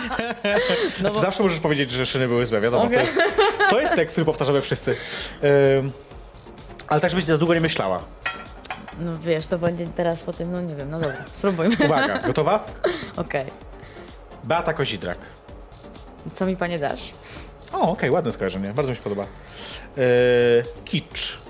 Speaker 2: No bo,
Speaker 1: Zawsze możesz powiedzieć, że szyny były złe, wiadomo.
Speaker 2: Okej.
Speaker 1: To jest tekst, który powtarzamy wszyscy. Ale tak, żebyś za długo nie myślała.
Speaker 2: no wiesz, to będzie teraz po tym, no nie wiem, no dobra, spróbujmy.
Speaker 1: Uwaga, gotowa?
Speaker 2: Okej.
Speaker 1: Beata Kozidrak.
Speaker 2: Co mi panie dasz?
Speaker 1: O, okej, ładne skojarzenie, bardzo mi się podoba. Kicz.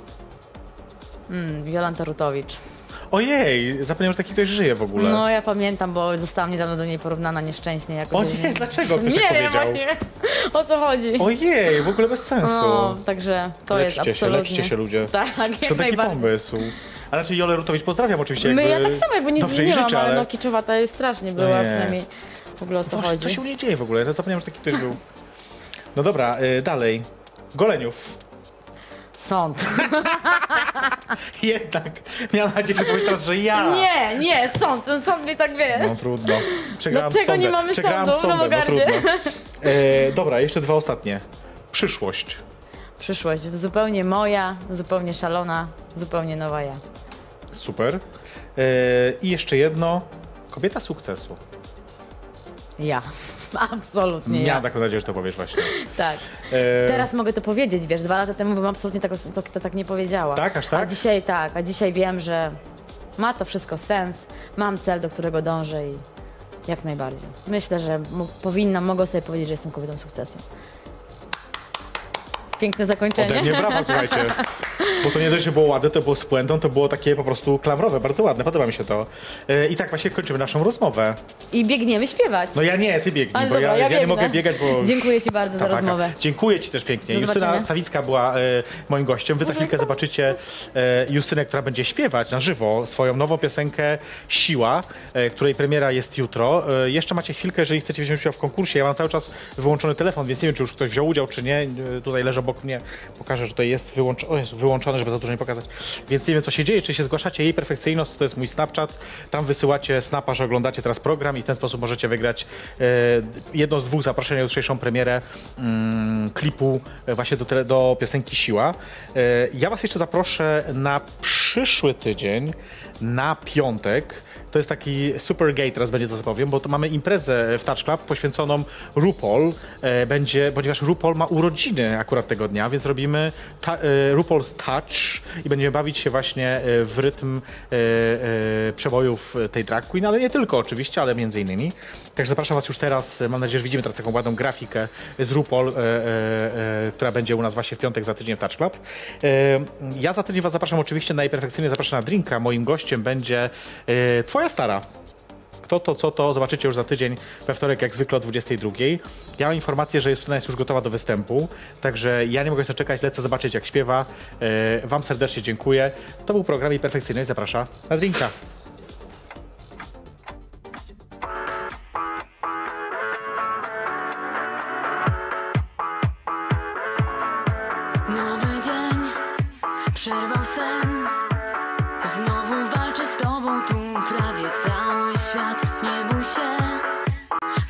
Speaker 2: Jolanta Rutowicz.
Speaker 1: Ojej, zapomniałem, że taki ktoś żyje w ogóle.
Speaker 2: No ja pamiętam, bo zostałam niedawno do niej porównana nieszczęśnie. Jako
Speaker 1: O nie, dlaczego ktoś
Speaker 2: nie
Speaker 1: tak
Speaker 2: wiem
Speaker 1: powiedział?
Speaker 2: właśnie, o co chodzi.
Speaker 1: Ojej, w ogóle bez sensu.
Speaker 2: No, także to jest absolutnie...
Speaker 1: Leczcie się ludzie.
Speaker 2: Tak, jak
Speaker 1: Skąd taki
Speaker 2: najbardziej.
Speaker 1: pomysł? Ale czy Jolę Rutowicz pozdrawiam oczywiście.
Speaker 2: Ja tak samo jakby nic
Speaker 1: dobrze
Speaker 2: nie
Speaker 1: jej
Speaker 2: mam,
Speaker 1: życzę,
Speaker 2: ale no kiczowata jest strasznie była,
Speaker 1: jest.
Speaker 2: przynajmniej w ogóle o co
Speaker 1: Boże,
Speaker 2: chodzi.
Speaker 1: co się u niej dzieje w ogóle? Ja zapomniałem, że taki ktoś był. No dobra, dalej. Goleniów.
Speaker 2: Sąd.
Speaker 1: Jednak. Miałam nadzieję, że powiesz teraz, że ja.
Speaker 2: Nie, sąd, ten sąd mnie tak wie.
Speaker 1: No trudno. Przegrałam
Speaker 2: Dlaczego
Speaker 1: sądę.
Speaker 2: nie mamy
Speaker 1: Przegrałam
Speaker 2: sądu w
Speaker 1: sądę, no
Speaker 2: Nowogardzie?
Speaker 1: trudno. Dobra, jeszcze dwa ostatnie. Przyszłość.
Speaker 2: Przyszłość zupełnie moja, zupełnie szalona, zupełnie nowa ja.
Speaker 1: Super. I jeszcze jedno. Kobieta sukcesu.
Speaker 2: Ja. Absolutnie ja.
Speaker 1: Miałam taką nadzieję, że to powiesz właśnie.
Speaker 2: Tak.
Speaker 1: E,
Speaker 2: Teraz mogę to powiedzieć, wiesz, 2 lata temu bym absolutnie to tak nie powiedziała.
Speaker 1: Tak, aż tak?
Speaker 2: A dzisiaj wiem, że ma to wszystko sens, mam cel, do którego dążę i jak najbardziej. Myślę, że mogę sobie powiedzieć, że jestem kobietą sukcesu. Piękne zakończenie.
Speaker 1: Ode mnie brawa, słuchajcie. Bo to nie dość, że było ładne, to było z puentą, to było takie po prostu klamrowe, bardzo ładne, podoba mi się to. I tak właśnie kończymy naszą rozmowę.
Speaker 2: I biegniemy śpiewać.
Speaker 1: No ja nie, ty biegnij,
Speaker 2: Ale
Speaker 1: bo
Speaker 2: dobra,
Speaker 1: ja nie
Speaker 2: biegnę.
Speaker 1: mogę biegać, bo...
Speaker 2: Dziękuję ci bardzo za
Speaker 1: Ta waga.
Speaker 2: rozmowę.
Speaker 1: Dziękuję ci też pięknie.
Speaker 2: Do
Speaker 1: Justyna
Speaker 2: zobaczenia.
Speaker 1: Sawicka była moim gościem. Wy za chwilkę zobaczycie Justynę, która będzie śpiewać na żywo swoją nową piosenkę Siła, której premiera jest jutro. Jeszcze macie chwilkę, jeżeli chcecie wziąć udział w konkursie. Ja mam cały czas wyłączony telefon, więc nie wiem, czy już ktoś wziął udział, czy nie. Tutaj leży obok mnie. Pokażę, że to jest wyłączone, żeby za dużo nie pokazać. Więc nie wiem, co się dzieje. Czy się zgłaszacie jej perfekcyjność, to jest mój Snapchat. Tam wysyłacie snapa, że oglądacie teraz program i w ten sposób możecie wygrać jedno z 2 zaproszeń na jutrzejszą premierę klipu właśnie do piosenki Siła. Ja was jeszcze zaproszę na przyszły tydzień, na piątek. To jest taki super gay, teraz będzie to powiem, bo to mamy imprezę w Touch Club poświęconą RuPaul. Ponieważ RuPaul ma urodziny akurat tego dnia, więc robimy RuPaul's Touch i będziemy bawić się właśnie w rytm przebojów tej drag queen, ale nie tylko oczywiście, ale między innymi. Także zapraszam was już teraz, mam nadzieję, że widzimy teraz taką ładną grafikę z RuPaul, która będzie u nas właśnie w piątek za tydzień w Touch Club. Ja za tydzień was zapraszam oczywiście na Perfekcyjnie zapraszam na drinka. Moim gościem będzie twoja stara. Kto to, co to, zobaczycie już za tydzień, we wtorek jak zwykle o 22. Ja mam informację, że Justyna jest już gotowa do występu, także ja nie mogę się doczekać, lecę zobaczyć jak śpiewa. Wam serdecznie dziękuję. To był program i Perfekcyjność zaprasza na drinka.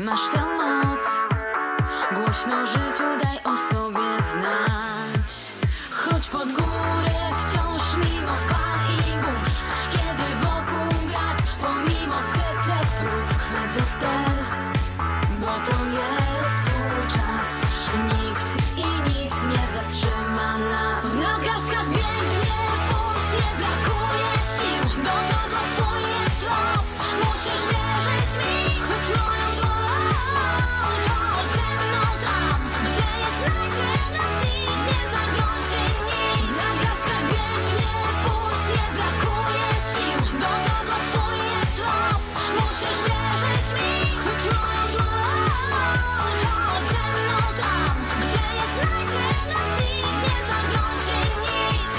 Speaker 4: Masz tę moc, głośno życiu daj o sobie znać. Chodź pod górę wciąż mimo fal i burz. Kiedy wokół grad, pomimo setek prób, chwyć za ster, bo to jest twój czas. Nikt i nic nie zatrzyma nas. W nadgarstkach biegnie puls, nie brakuje sił, bo to go twój jest los. Musisz wierzyć mi, chwyć moją dłoń. Chodź ze mną tam, gdzie nie znajdzie nas nikt, nie zagrozi nic. W nadgarstkach biegnie puls, nie brakuje sił, bo to go twój jest los. Musisz wierzyć mi, chwyć moją dłoń. Chodź ze mną tam, gdzie nie znajdzie nas nikt, nie zagrozi nic.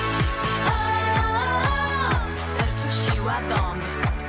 Speaker 4: W sercu siła bomb.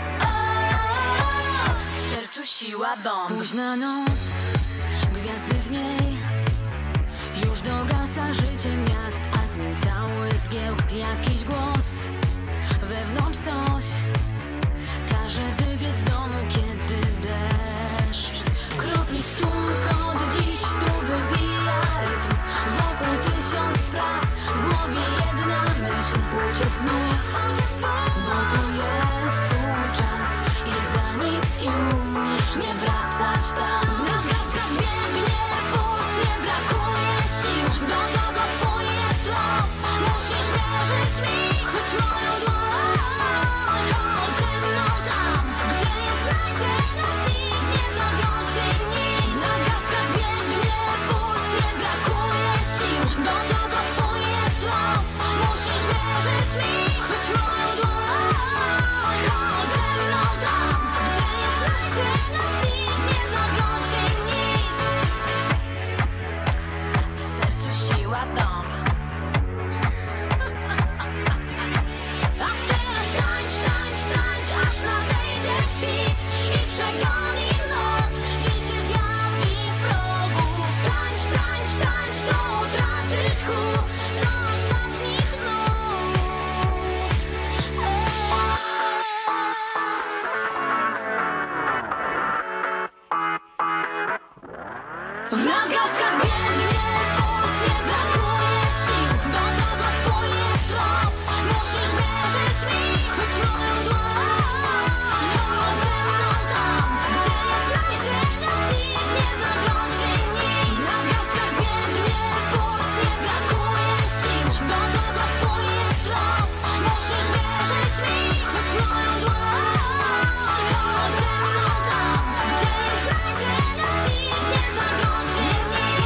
Speaker 4: W sercu siła bomb. Późna noc, gwiazdy w niej, już dogasa życie miast, a z nim cały zgiełk. Jakiś głos, wewnątrz coś każe wybiec z domu, kiedy deszcz. Kropli stukot dziś tu wybija rytm. Wokół tysiąc spraw, w głowie jedna myśl. Uciec znów, bo to jest twój czas i za nic już nie wracać tam. W nadgarstkach biegnie puls, nie brakuje sił, bo to go twój jest los. Musisz wierzyć mi, chwyć moją dłoń. Chodź ze mną tam, gdzie nie znajdzie nas nikt, nie zagrozi nic. W nadgarstkach biegnie puls, nie brakuje sił, bo to go twój jest los. Musisz wierzyć mi, chwyć moją dłoń. Chodź ze mną tam, gdzie nie znajdzie nas nikt, nie zagrozi nic. W sercu siła bomb. A teraz tańcz, tańcz, tańcz, aż nadejdzie świt i przegoni noc. Dzień się zjawi w progu. Tańcz, tańcz, tańcz do utraty tchu, do ostatnich nut. W nadgarstkach biegnie puls, nie brakuje sił, bo to go twój jest los. Musisz wierzyć mi, chwyć moją dłoń. Chodź ze mną tam, gdzie nie znajdzie nas nikt, nie zagrozi nic. W nadgarstkach biegnie puls, nie brakuje sił, bo to go twój jest los. Musisz wierzyć mi, chwyć moją dłoń. Chodź ze mną tam, gdzie nie znajdzie nas nikt, nie zagrozi nic.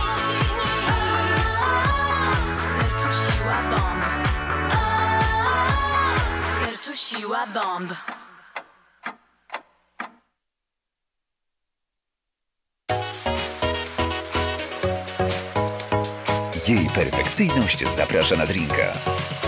Speaker 4: W sercu siła bomb. W sercu siła bomb.
Speaker 3: Jej perfekcyjność zaprasza na drinka.